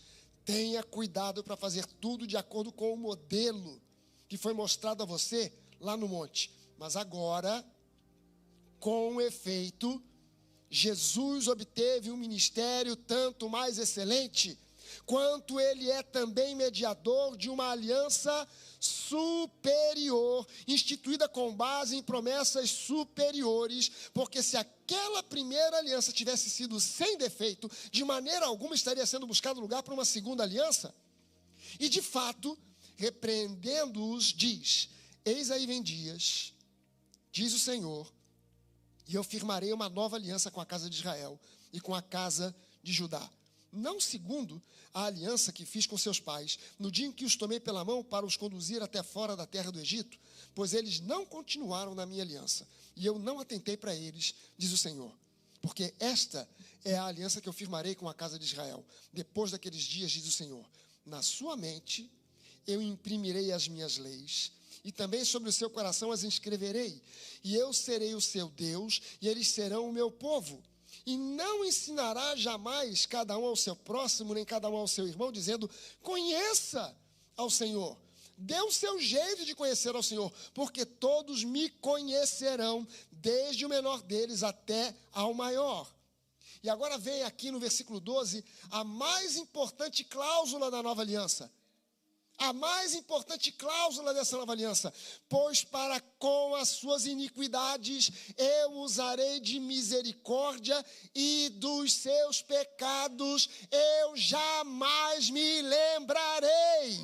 Tenha cuidado para fazer tudo de acordo com o modelo que foi mostrado a você lá no monte. Mas agora, com efeito, Jesus obteve um ministério tanto mais excelente, quanto ele é também mediador de uma aliança superior, instituída com base em promessas superiores, porque se aquela primeira aliança tivesse sido sem defeito, de maneira alguma estaria sendo buscado lugar para uma segunda aliança. E de fato, repreendendo-os, diz: eis aí vem dias, diz o Senhor, e eu firmarei uma nova aliança com a casa de Israel e com a casa de Judá. Não segundo a aliança que fiz com seus pais, no dia em que os tomei pela mão para os conduzir até fora da terra do Egito, pois eles não continuaram na minha aliança, e eu não atentei para eles, diz o Senhor. Porque esta é a aliança que eu firmarei com a casa de Israel, depois daqueles dias, diz o Senhor. Na sua mente eu imprimirei as minhas leis, e também sobre o seu coração as inscreverei, e eu serei o seu Deus, e eles serão o meu povo. E não ensinará jamais cada um ao seu próximo, nem cada um ao seu irmão, dizendo: conheça ao Senhor. Dê o seu jeito de conhecer ao Senhor, porque todos me conhecerão, desde o menor deles até ao maior. E agora vem aqui no versículo doze, a mais importante cláusula da nova aliança. A mais importante cláusula dessa nova aliança: pois para com as suas iniquidades eu usarei de misericórdia, e dos seus pecados eu jamais me lembrarei.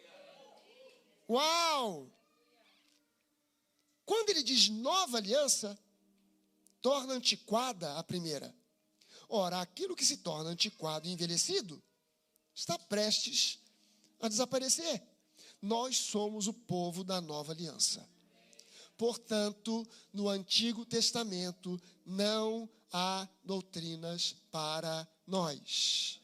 Uau! Quando ele diz nova aliança, torna antiquada a primeira. Ora, aquilo que se torna antiquado e envelhecido está prestes a desaparecer. Nós somos o povo da nova aliança. Portanto, no Antigo Testamento não há doutrinas para nós.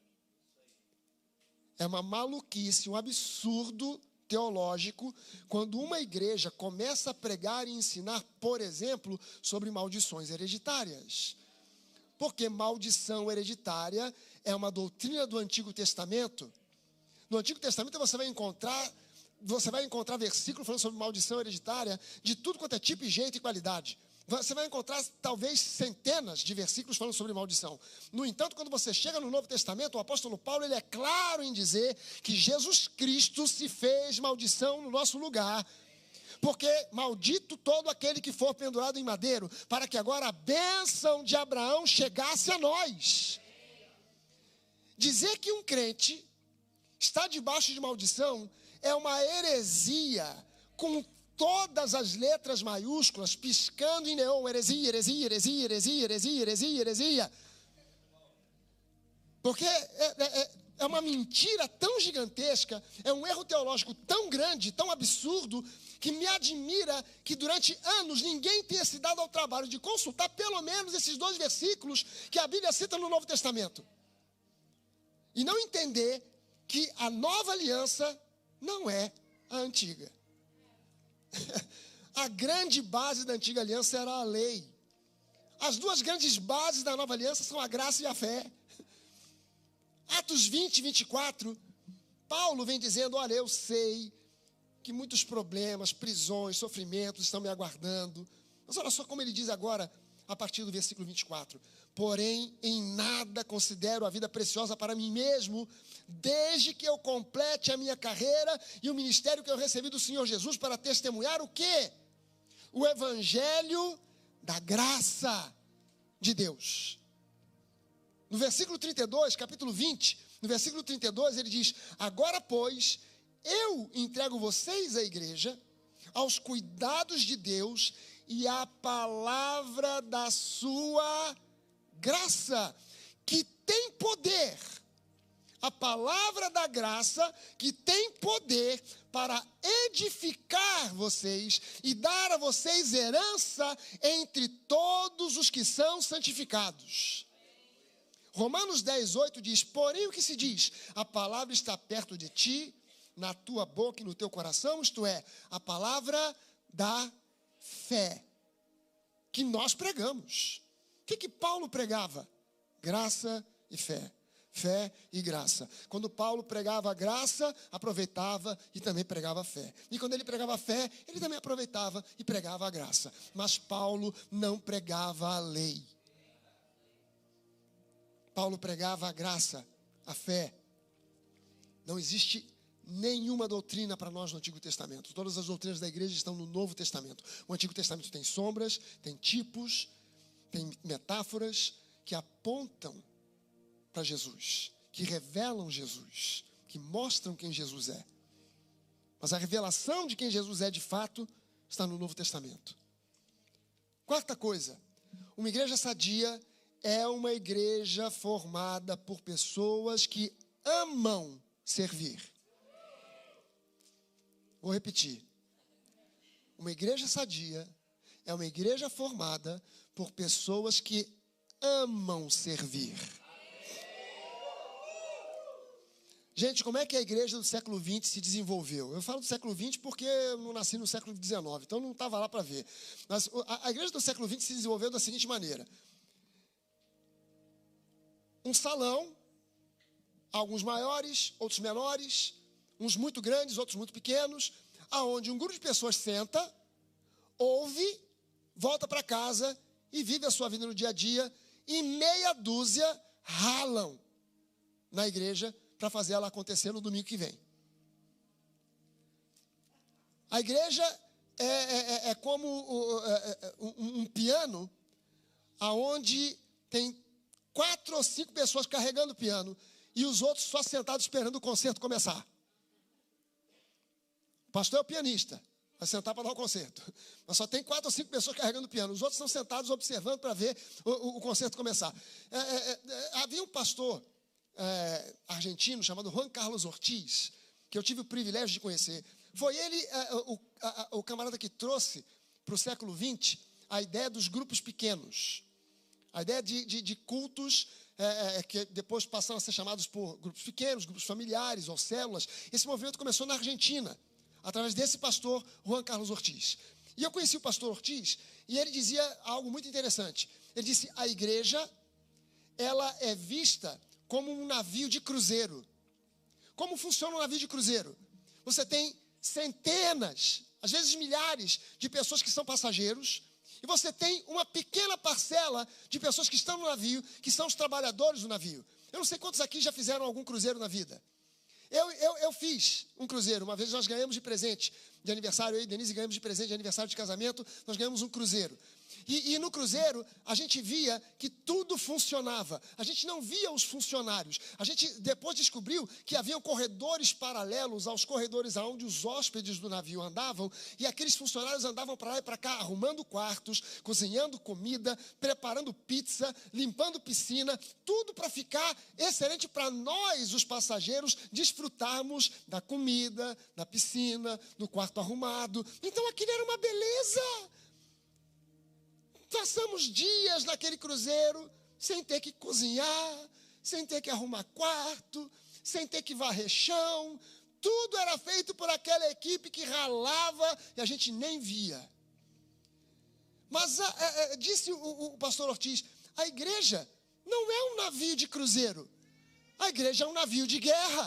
É uma maluquice, um absurdo teológico quando uma igreja começa a pregar e ensinar, por exemplo, sobre maldições hereditárias. Porque maldição hereditária é uma doutrina do Antigo Testamento. No Antigo Testamento você vai encontrar, você vai encontrar versículos falando sobre maldição hereditária de tudo quanto é tipo, jeito e qualidade. Você vai encontrar talvez centenas de versículos falando sobre maldição. No entanto, quando você chega no Novo Testamento, o apóstolo Paulo ele é claro em dizer que Jesus Cristo se fez maldição no nosso lugar. Porque maldito todo aquele que for pendurado em madeiro, para que agora a bênção de Abraão chegasse a nós. Dizer que um crente está debaixo de maldição é uma heresia, com todas as letras maiúsculas, piscando em neon: heresia, heresia, heresia, heresia, heresia, heresia, heresia. Porque é, é, é uma mentira tão gigantesca, é um erro teológico tão grande, tão absurdo, que me admira que durante anos ninguém tenha se dado ao trabalho de consultar pelo menos esses dois versículos que a Bíblia cita no Novo Testamento. E não entender que a nova aliança não é a antiga. A grande base da antiga aliança era a lei. As duas grandes bases da nova aliança são a graça e a fé. Atos vinte, vinte e quatro, Paulo vem dizendo: olha, eu sei que muitos problemas, prisões, sofrimentos estão me aguardando. Mas olha só como ele diz agora, a partir do versículo vinte e quatro. Porém, em nada considero a vida preciosa para mim mesmo, desde que eu complete a minha carreira e o ministério que eu recebi do Senhor Jesus para testemunhar o quê? O evangelho da graça de Deus. No versículo trinta e dois, capítulo vinte, no versículo trinta e dois, ele diz: agora, pois, eu entrego vocês à igreja, aos cuidados de Deus e à palavra da sua graça, que tem poder. A palavra da graça que tem poder para edificar vocês e dar a vocês herança entre todos os que são santificados. Romanos dez, oito diz: porém o que se diz? A palavra está perto de ti, na tua boca e no teu coração, isto é, a palavra da fé, que nós pregamos. O que que Paulo pregava? Graça e fé. fé e graça. Quando Paulo pregava a graça, aproveitava e também pregava a fé. E quando ele pregava a fé, ele também aproveitava e pregava a graça. Mas Paulo não pregava a lei. Paulo pregava a graça, a fé. Não existe nenhuma doutrina para nós no Antigo Testamento. Todas as doutrinas da igreja estão no Novo Testamento. O Antigo Testamento tem sombras, tem tipos, tem metáforas que apontam para Jesus, que revelam Jesus, que mostram quem Jesus é. Mas a revelação de quem Jesus é de fato está no Novo Testamento. Quarta coisa, uma igreja sadia é uma igreja formada por pessoas que amam servir. Vou repetir. Uma igreja sadia é uma igreja formada por pessoas que amam servir. Gente, como é que a igreja do século vinte se desenvolveu? Eu falo do século vinte porque eu não nasci no século dezenove, então não estava lá para ver. Mas a, a igreja do século vinte se desenvolveu da seguinte maneira. Um salão, alguns maiores, outros menores, uns muito grandes, outros muito pequenos, aonde um grupo de pessoas senta, ouve, volta para casa e vive a sua vida no dia a dia, e meia dúzia ralam na igreja para fazer ela acontecer no domingo que vem. A igreja é, é, é como é, um, um piano, aonde tem quatro ou cinco pessoas carregando o piano e os outros só sentados esperando o concerto começar. O pastor é o pianista, vai sentar para dar o concerto. Mas só tem quatro ou cinco pessoas carregando o piano. Os outros estão sentados observando para ver o, o, o concerto começar. É, é, é, havia um pastor É, argentino chamado Juan Carlos Ortiz, que eu tive o privilégio de conhecer. Foi ele é, o, a, o camarada que trouxe para o século vinte a ideia dos grupos pequenos, a ideia de, de, de cultos é, é, que depois passaram a ser chamados por grupos pequenos, grupos familiares ou células. Esse movimento começou na Argentina, através desse pastor Juan Carlos Ortiz. E eu conheci o pastor Ortiz e ele dizia algo muito interessante. Ele disse: a igreja, ela é vista como um navio de cruzeiro. Como funciona um navio de cruzeiro? Você tem centenas, às vezes milhares, de pessoas que são passageiros, e você tem uma pequena parcela de pessoas que estão no navio, que são os trabalhadores do navio. Eu não sei quantos aqui já fizeram algum cruzeiro na vida. Eu, eu, eu fiz um cruzeiro. Uma vez nós ganhamos de presente de aniversário, eu e Denise ganhamos de presente de aniversário de casamento, nós ganhamos um cruzeiro. E, e no cruzeiro, a gente via que tudo funcionava. A gente não via os funcionários. A gente depois descobriu que haviam corredores paralelos aos corredores aonde os hóspedes do navio andavam. E aqueles funcionários andavam para lá e para cá, arrumando quartos, cozinhando comida, preparando pizza, limpando piscina. Tudo para ficar excelente para nós, os passageiros, desfrutarmos da comida, da piscina, do quarto arrumado. Então aquilo era uma beleza. Passamos dias naquele cruzeiro sem ter que cozinhar, sem ter que arrumar quarto, sem ter que varrer chão. Tudo era feito por aquela equipe que ralava e a gente nem via. Mas a, a, a, disse o, o pastor Ortiz, a igreja não é um navio de cruzeiro. A igreja é um navio de guerra.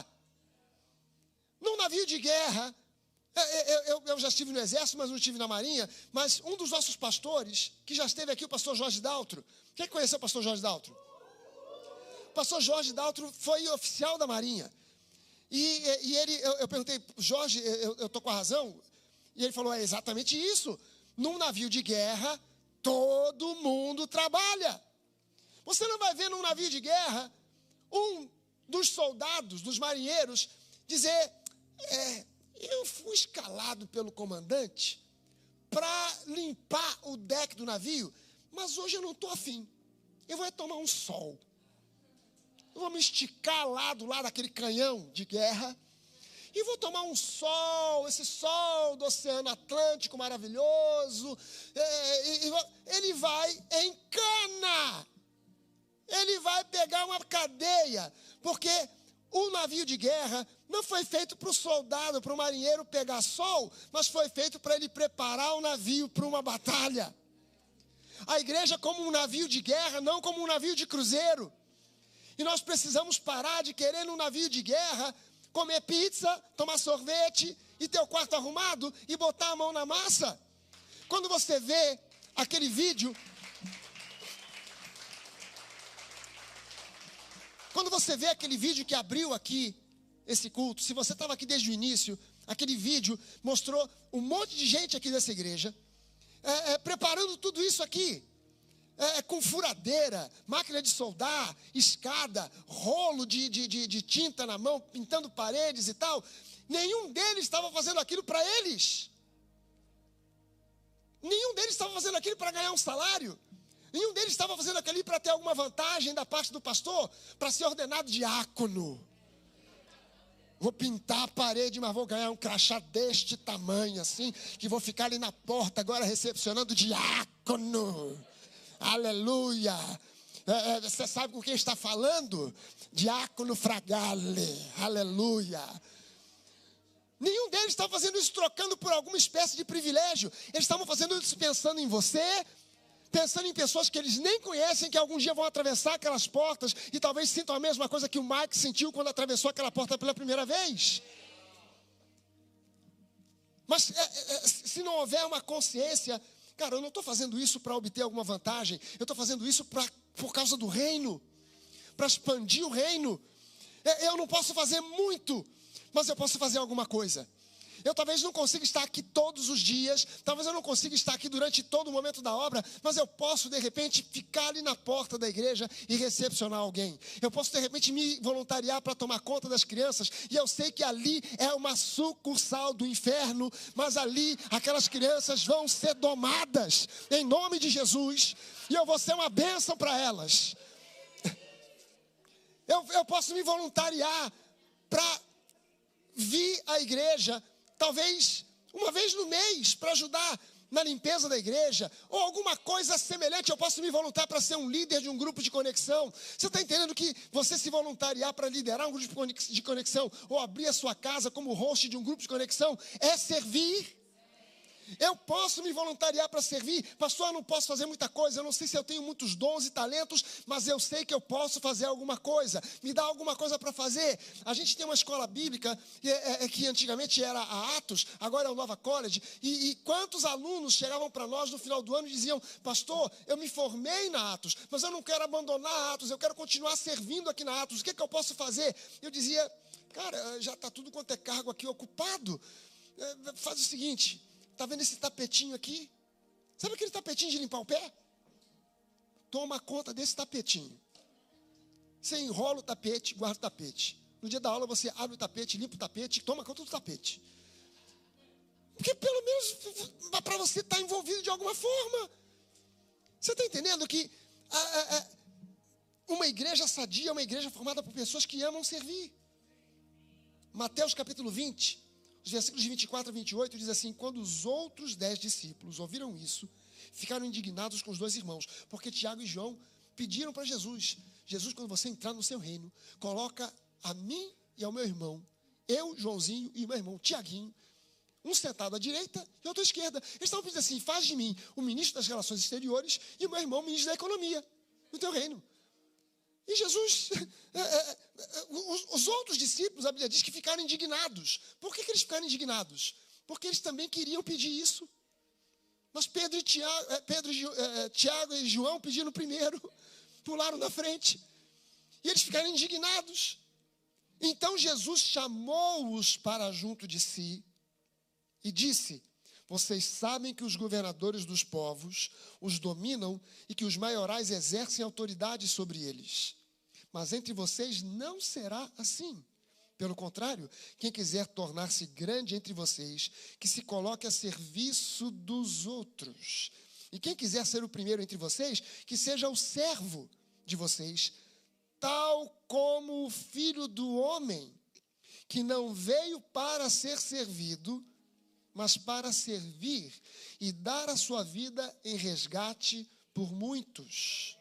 Num navio de guerra, Eu, eu, eu já estive no exército, mas não estive na marinha. Mas um dos nossos pastores, que já esteve aqui, o pastor Jorge Daltro. Quem conheceu o pastor Jorge Daltro? O pastor Jorge Daltro foi oficial da marinha. E, e ele, eu, eu perguntei, Jorge, eu estou com a razão? E ele falou, é exatamente isso. Num navio de guerra, todo mundo trabalha. Você não vai ver num navio de guerra um dos soldados, dos marinheiros, dizer... É, eu fui escalado pelo comandante para limpar o deck do navio, mas hoje eu não estou afim. Eu vou tomar um sol. Eu vou me esticar lá do lado daquele canhão de guerra e vou tomar um sol, esse sol do Oceano Atlântico maravilhoso. É, e, e, ele vai em cana. Ele vai pegar uma cadeia, porque o navio de guerra não foi feito para o soldado, para o marinheiro pegar sol, mas foi feito para ele preparar o navio para uma batalha. A igreja como um navio de guerra, não como um navio de cruzeiro. E nós precisamos parar de querer num navio de guerra comer pizza, tomar sorvete e ter o quarto arrumado e botar a mão na massa. Quando você vê aquele vídeo, quando você vê aquele vídeo que abriu aqui esse culto, se você estava aqui desde o início, aquele vídeo mostrou um monte de gente aqui dessa igreja, é, é, preparando tudo isso aqui. É, com furadeira, máquina de soldar, escada, rolo de, de, de, de tinta na mão, pintando paredes e tal. Nenhum deles estava fazendo aquilo para eles. Nenhum deles estava fazendo aquilo para ganhar um salário. Nenhum deles estava fazendo aquilo para ter alguma vantagem da parte do pastor, para ser ordenado diácono. Vou pintar a parede, mas vou ganhar um crachá deste tamanho assim, que vou ficar ali na porta agora recepcionando diácono. Aleluia. É, é, você sabe com quem está falando? Diácono Fragale. Aleluia. Nenhum deles estava fazendo isso trocando por alguma espécie de privilégio. Eles estavam fazendo isso pensando em você, pensando em pessoas que eles nem conhecem, que algum dia vão atravessar aquelas portas e talvez sintam a mesma coisa que o Mike sentiu quando atravessou aquela porta pela primeira vez. Mas é, é, se não houver uma consciência, cara, eu não estou fazendo isso para obter alguma vantagem, eu estou fazendo isso pra, por causa do reino, para expandir o reino. Eu não posso fazer muito, mas eu posso fazer alguma coisa. Eu talvez não consiga estar aqui todos os dias, talvez eu não consiga estar aqui durante todo o momento da obra, mas eu posso, de repente, ficar ali na porta da igreja e recepcionar alguém. Eu posso, de repente, me voluntariar para tomar conta das crianças, e eu sei que ali é uma sucursal do inferno, mas ali aquelas crianças vão ser domadas, em nome de Jesus, e eu vou ser uma bênção para elas. Eu, eu posso me voluntariar para vir à igreja, talvez uma vez no mês, para ajudar na limpeza da igreja, ou alguma coisa semelhante. Eu posso me voluntariar para ser um líder de um grupo de conexão. Você está entendendo que você se voluntariar para liderar um grupo de conexão, ou abrir a sua casa como host de um grupo de conexão, é servir? Eu posso me voluntariar para servir. Pastor, eu não posso fazer muita coisa, eu não sei se eu tenho muitos dons e talentos, mas eu sei que eu posso fazer alguma coisa. Me dá alguma coisa para fazer. A gente tem uma escola bíblica é, é, que antigamente era a Atos, agora é o Nova College, e, e quantos alunos chegavam para nós no final do ano e diziam: pastor, eu me formei na Atos, mas eu não quero abandonar a Atos, eu quero continuar servindo aqui na Atos, o que, é que eu posso fazer? Eu dizia: cara, já está tudo quanto é cargo aqui ocupado, é, faz o seguinte. Está vendo esse tapetinho aqui? Sabe aquele tapetinho de limpar o pé? Toma conta desse tapetinho. Você enrola o tapete, guarda o tapete. No dia da aula você abre o tapete, limpa o tapete, toma conta do tapete. Porque pelo menos para você estar envolvido de alguma forma. Você está entendendo que a, a, a, uma igreja sadia é uma igreja formada por pessoas que amam servir. Mateus capítulo vinte. Os versículos de vinte e quatro a vinte e oito diz assim: quando os outros dez discípulos ouviram isso, ficaram indignados com os dois irmãos, porque Tiago e João pediram para Jesus: Jesus, quando você entrar no seu reino, coloca a mim e ao meu irmão, eu, Joãozinho, e meu irmão Tiaguinho, um sentado à direita e outro à esquerda. Eles estavam pedindo assim: faz de mim o ministro das relações exteriores e o meu irmão o ministro da economia, no teu reino. E Jesus, é, é, os, os outros discípulos, a Bíblia diz que ficaram indignados. Por que, que eles ficaram indignados? Porque eles também queriam pedir isso. Mas Pedro e Tiago, Pedro, é, Tiago e João pediram primeiro, pularam na frente. E eles ficaram indignados. Então Jesus chamou-os para junto de si e disse: vocês sabem que os governadores dos povos os dominam e que os maiorais exercem autoridade sobre eles. Mas entre vocês não será assim. Pelo contrário, quem quiser tornar-se grande entre vocês, que se coloque a serviço dos outros. E quem quiser ser o primeiro entre vocês, que seja o servo de vocês, tal como o Filho do Homem, que não veio para ser servido, mas para servir e dar a sua vida em resgate por muitos.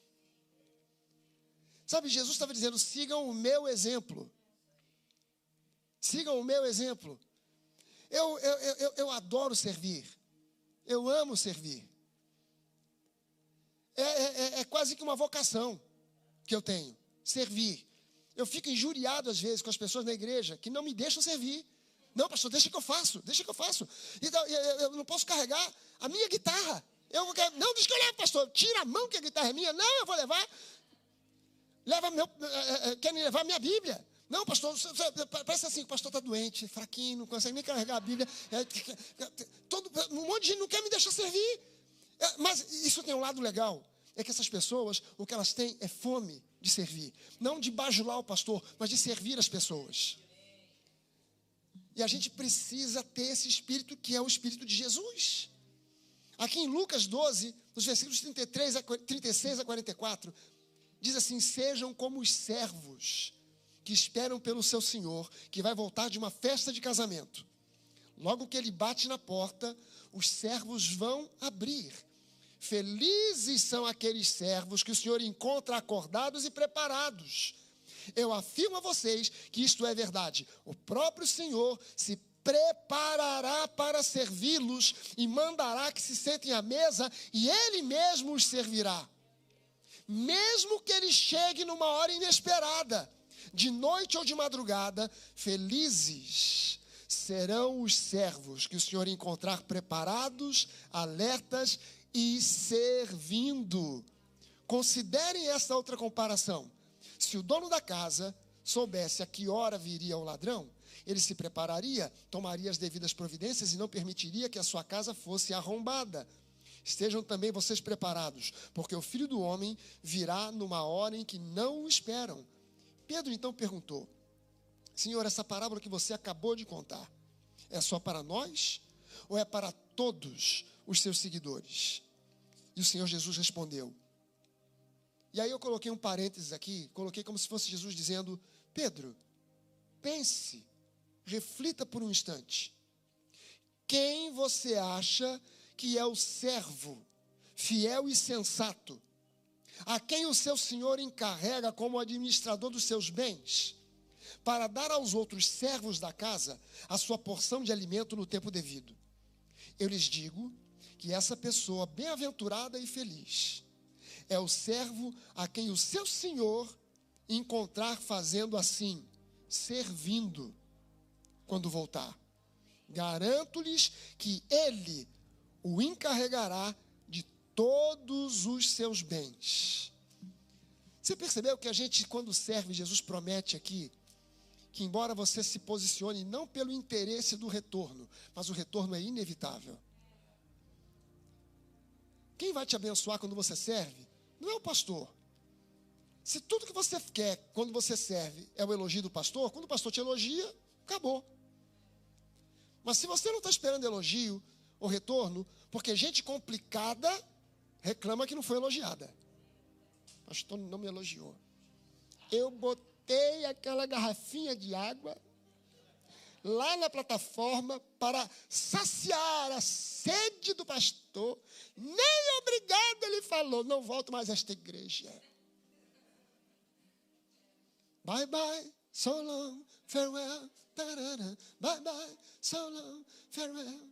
Sabe, Jesus estava dizendo: sigam o meu exemplo. Sigam o meu exemplo. Eu, eu, eu, eu adoro servir. Eu amo servir. É, é, é quase que uma vocação que eu tenho. servir. Eu fico injuriado às vezes com as pessoas na igreja que não me deixam servir. Não, pastor, deixa que eu faço, deixa que eu faço. Então, eu, eu não posso carregar a minha guitarra. Eu, não, deixa que eu levo, pastor. Tira a mão que a guitarra é minha. Não, eu vou levar. Leva meu, querem levar a minha Bíblia. Não, pastor, parece assim, o pastor está doente, fraquinho, não consegue nem carregar a Bíblia. Todo, um monte de gente não quer me deixar servir. Mas isso tem um lado legal. É que essas pessoas, o que elas têm é fome de servir. Não de bajular o pastor, mas de servir as pessoas. E a gente precisa ter esse espírito que é o espírito de Jesus. Aqui em Lucas doze, nos versículos trinta e três a, trinta e seis a quarenta e quatro, diz assim: sejam como os servos que esperam pelo seu senhor, que vai voltar de uma festa de casamento. Logo que ele bate na porta, os servos vão abrir. Felizes são aqueles servos que o Senhor encontra acordados e preparados. Eu afirmo a vocês que isto é verdade. O próprio Senhor se preparará para servi-los e mandará que se sentem à mesa e Ele mesmo os servirá. Mesmo que Ele chegue numa hora inesperada, de noite ou de madrugada, felizes serão os servos que o Senhor encontrar preparados, alertas e servindo. Considerem essa outra comparação. Se o dono da casa soubesse a que hora viria o ladrão, ele se prepararia, tomaria as devidas providências e não permitiria que a sua casa fosse arrombada. Estejam também vocês preparados, porque o Filho do Homem virá numa hora em que não o esperam. Pedro então perguntou: Senhor, essa parábola que você acabou de contar, é só para nós ou é para todos os seus seguidores? E o Senhor Jesus respondeu. E aí eu coloquei um parênteses aqui, coloquei como se fosse Jesus dizendo: Pedro, pense, reflita por um instante. Quem você acha que é o servo fiel e sensato, a quem o seu senhor encarrega como administrador dos seus bens, para dar aos outros servos da casa a sua porção de alimento no tempo devido? Eu lhes digo que essa pessoa bem-aventurada e feliz é o servo a quem o seu senhor encontrar fazendo assim, servindo, quando voltar. Garanto-lhes que ele o encarregará de todos os seus bens. Você percebeu que a gente, quando serve, Jesus promete aqui que, embora você se posicione não pelo interesse do retorno, mas o retorno é inevitável. Quem vai te abençoar quando você serve não é o pastor. Se tudo que você quer quando você serve é o elogio do pastor, quando o pastor te elogia, acabou. Mas se você não está esperando elogio ou retorno, porque gente complicada reclama que não foi elogiada. O pastor não me elogiou. Eu botei aquela garrafinha de água lá na plataforma para saciar a sede do pastor. Nem obrigado ele falou. Não volto mais a esta igreja. Bye bye, so long, farewell. Tarara, bye bye, so long, farewell.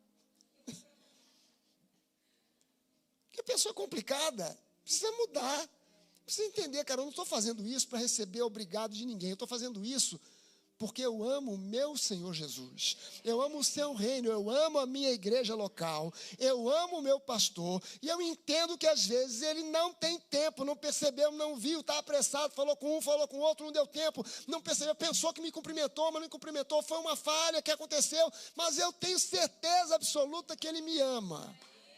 Que pessoa complicada. Precisa mudar. Precisa entender, cara, eu não estou fazendo isso para receber obrigado de ninguém. Eu estou fazendo isso porque eu amo o meu Senhor Jesus. Eu amo o seu reino, eu amo a minha igreja local, eu amo o meu pastor, e eu entendo que às vezes ele não tem tempo, não percebeu, não viu, está apressado, falou com um, falou com o outro, não deu tempo, não percebeu, pensou que me cumprimentou, mas não me cumprimentou, foi uma falha que aconteceu, mas eu tenho certeza absoluta que ele me ama.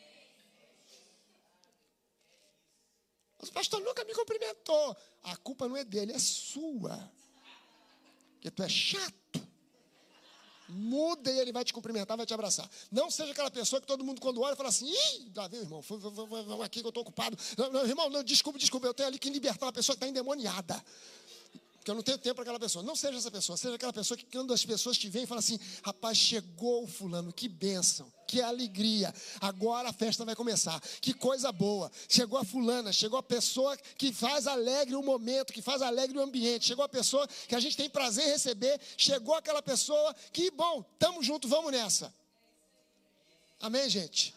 Mas o pastor nunca me cumprimentou. A culpa não é dele, é sua. Porque tu é chato. Muda e ele vai te cumprimentar, vai te abraçar. Não seja aquela pessoa que todo mundo quando olha fala assim: ih, lá vem, irmão, vamos aqui que eu estou ocupado. Não, não, irmão, não, desculpa, desculpa, eu tenho ali que libertar uma pessoa que está endemoniada. Porque eu não tenho tempo para aquela pessoa. Não seja essa pessoa, seja aquela pessoa que quando as pessoas te veem, fala assim: rapaz, chegou o fulano, que bênção, que alegria, agora a festa vai começar, que coisa boa. Chegou a fulana, chegou a pessoa que faz alegre o momento, que faz alegre o ambiente, chegou a pessoa que a gente tem prazer em receber, chegou aquela pessoa que, bom, estamos juntos, vamos nessa. Amém, gente?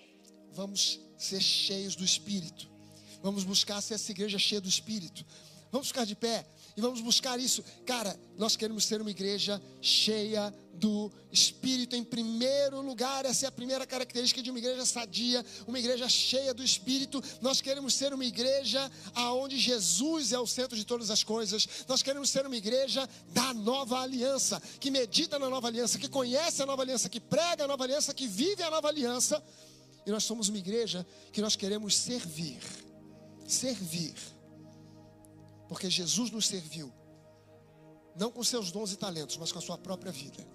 Vamos ser cheios do Espírito. Vamos buscar ser essa igreja cheia do Espírito. Vamos ficar de pé e vamos buscar isso. Cara, nós queremos ser uma igreja cheia do Espírito em primeiro lugar. Essa é a primeira característica de uma igreja sadia, uma igreja cheia do Espírito. Nós queremos ser uma igreja aonde Jesus é o centro de todas as coisas. Nós queremos ser uma igreja da nova aliança, que medita na nova aliança, que conhece a nova aliança, que prega a nova aliança, que vive a nova aliança. E nós somos uma igreja que nós queremos servir. Servir. Porque Jesus nos serviu, não com seus dons e talentos, mas com a sua própria vida.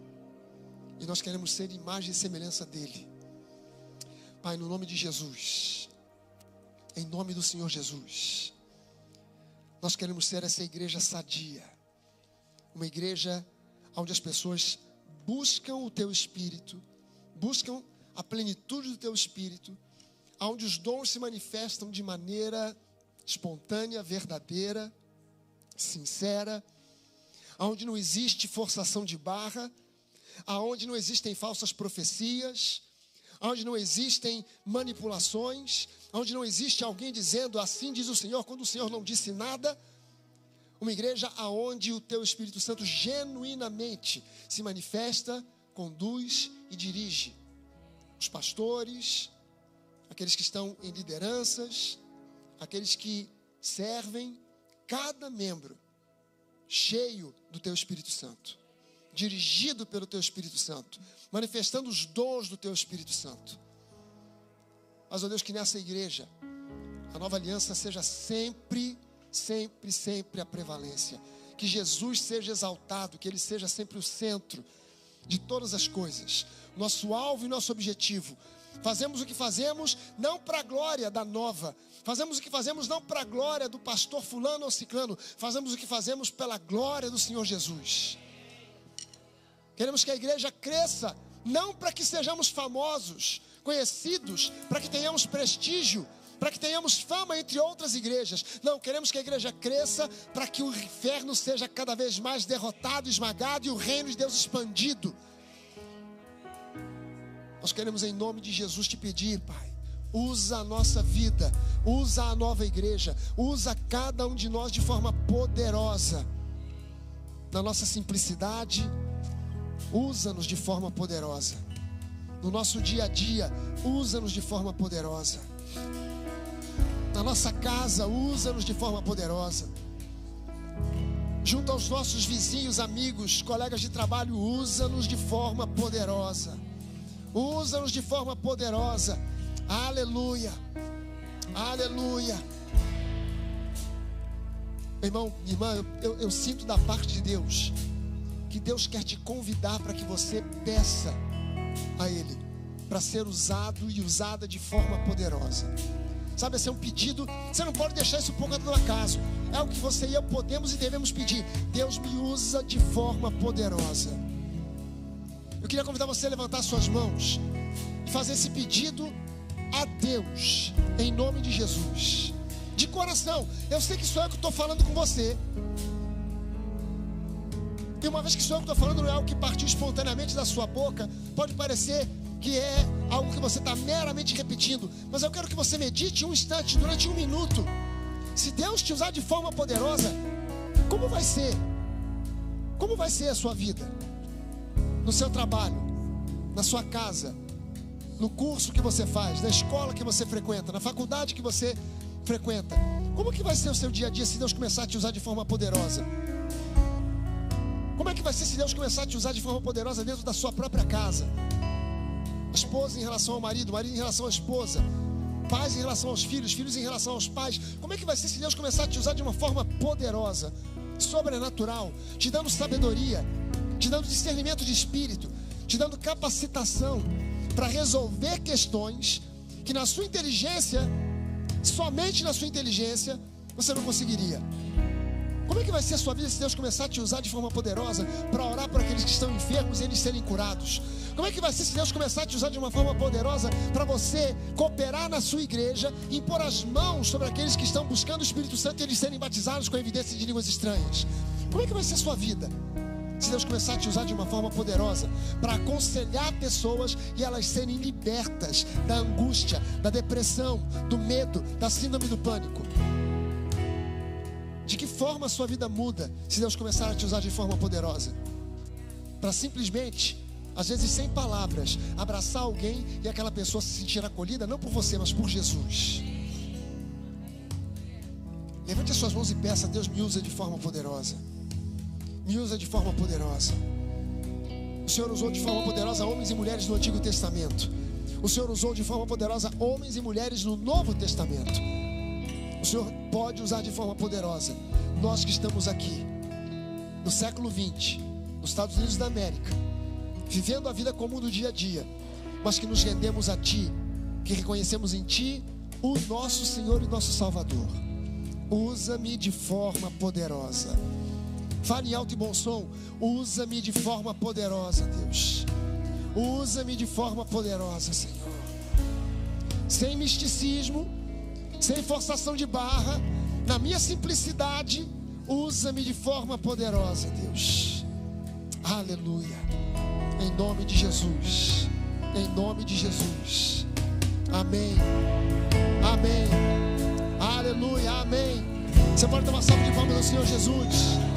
E nós queremos ser imagem e semelhança dele. Pai, no nome de Jesus, em nome do Senhor Jesus, nós queremos ser essa igreja sadia, uma igreja onde as pessoas buscam o teu Espírito, buscam a plenitude do teu Espírito, onde os dons se manifestam de maneira espontânea, verdadeira, sincera, onde não existe forçação de barra, onde não existem falsas profecias, onde não existem manipulações, onde não existe alguém dizendo assim diz o Senhor, quando o Senhor não disse nada. Uma igreja onde o teu Espírito Santo genuinamente se manifesta, conduz e dirige os pastores, aqueles que estão em lideranças, aqueles que servem, cada membro cheio do teu Espírito Santo, dirigido pelo teu Espírito Santo, manifestando os dons do teu Espírito Santo. Mas, ó Deus, que nessa igreja a nova aliança seja sempre, sempre, sempre a prevalência, que Jesus seja exaltado, que Ele seja sempre o centro de todas as coisas, nosso alvo e nosso objetivo. Fazemos o que fazemos não para a glória da nova, fazemos o que fazemos não para a glória do pastor fulano ou ciclano, fazemos o que fazemos pela glória do Senhor Jesus. Queremos que a igreja cresça, não para que sejamos famosos, conhecidos, para que tenhamos prestígio, para que tenhamos fama entre outras igrejas. Não, queremos que a igreja cresça para que o inferno seja cada vez mais derrotado, esmagado e o reino de Deus expandido. Nós queremos em nome de Jesus te pedir, Pai, usa a nossa vida, usa a nova igreja, usa cada um de nós de forma poderosa, na nossa simplicidade, usa-nos de forma poderosa, no nosso dia a dia, usa-nos de forma poderosa, na nossa casa, usa-nos de forma poderosa, junto aos nossos vizinhos, amigos, colegas de trabalho, usa-nos de forma poderosa. Usa-nos de forma poderosa. Aleluia. Aleluia. Irmão, irmã, eu, eu, eu sinto da parte de Deus que Deus quer te convidar para que você peça a Ele para ser usado e usada de forma poderosa. Sabe, esse é um pedido. Você não pode deixar isso por conta do acaso. É o que você e eu podemos e devemos pedir. Deus me usa de forma poderosa. Eu queria convidar você a levantar suas mãos e fazer esse pedido a Deus, em nome de Jesus, de coração. Eu sei que sou eu que estou falando com você, e uma vez que sou eu que estou falando, não é algo que partiu espontaneamente da sua boca. Pode parecer que é algo que você está meramente repetindo, mas eu quero que você medite um instante, durante um minuto. Se Deus te usar de forma poderosa, como vai ser? Como vai ser a sua vida? No seu trabalho, na sua casa, no curso que você faz, na escola que você frequenta, na faculdade que você frequenta. Como que vai ser o seu dia a dia se Deus começar a te usar de forma poderosa? Como é que vai ser se Deus começar a te usar de forma poderosa dentro da sua própria casa? A esposa em relação ao marido, o marido em relação à esposa, pais em relação aos filhos, filhos em relação aos pais. Como é que vai ser se Deus começar a te usar de uma forma poderosa, sobrenatural, te dando sabedoria, te dando discernimento de espírito, te dando capacitação para resolver questões que na sua inteligência, somente na sua inteligência, você não conseguiria? Como é que vai ser a sua vida se Deus começar a te usar de forma poderosa para orar por aqueles que estão enfermos e eles serem curados? Como é que vai ser se Deus começar a te usar de uma forma poderosa para você cooperar na sua igreja, impor as mãos sobre aqueles que estão buscando o Espírito Santo e eles serem batizados com a evidência de línguas estranhas? Como é que vai ser a sua vida se Deus começar a te usar de uma forma poderosa para aconselhar pessoas e elas serem libertas da angústia, da depressão, do medo, da síndrome do pânico? De que forma a sua vida muda se Deus começar a te usar de forma poderosa? Para simplesmente, às vezes sem palavras, abraçar alguém e aquela pessoa se sentir acolhida, não por você, mas por Jesus. Levante as suas mãos e peça: Deus, me usa de forma poderosa. Me usa de forma poderosa. O Senhor usou de forma poderosa homens e mulheres no Antigo Testamento. O Senhor usou de forma poderosa homens e mulheres no Novo Testamento. O Senhor pode usar de forma poderosa nós que estamos aqui no século vinte, nos Estados Unidos da América, vivendo a vida comum do dia a dia, mas que nos rendemos a Ti, que reconhecemos em Ti o nosso Senhor e nosso Salvador. Usa-me de forma poderosa. Fale em alto e bom som: usa-me de forma poderosa, Deus. Usa-me de forma poderosa, Senhor. Sem misticismo, sem forçação de barra, na minha simplicidade, usa-me de forma poderosa, Deus. Aleluia. Em nome de Jesus. Em nome de Jesus. Amém. Amém. Aleluia. Amém. Você pode dar uma salva de palmas ao Senhor Jesus.